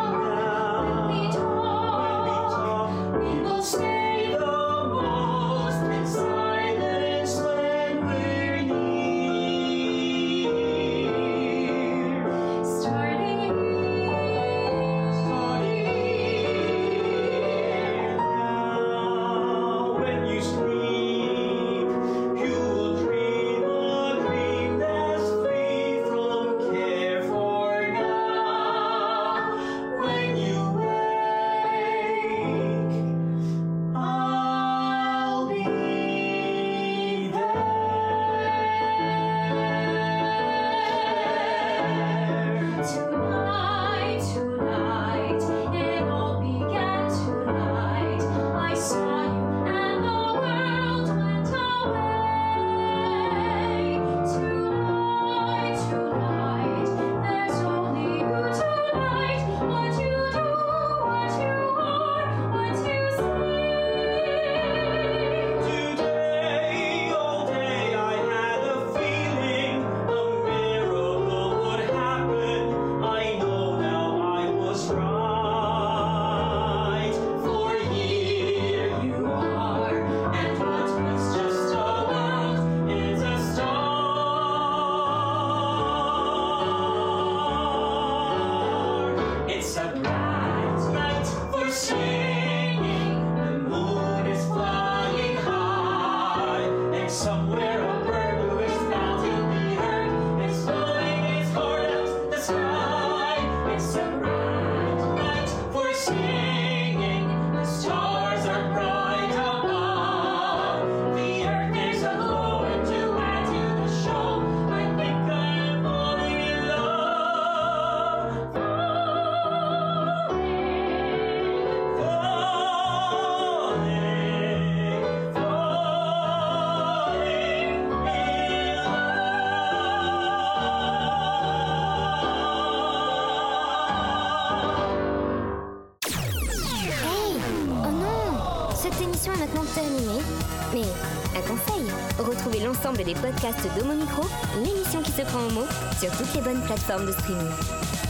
maintenant terminé. Mais un conseil, retrouvez l'ensemble des podcasts d'Homo Micro, l'émission qui se prend au mot, sur toutes les bonnes plateformes de streaming.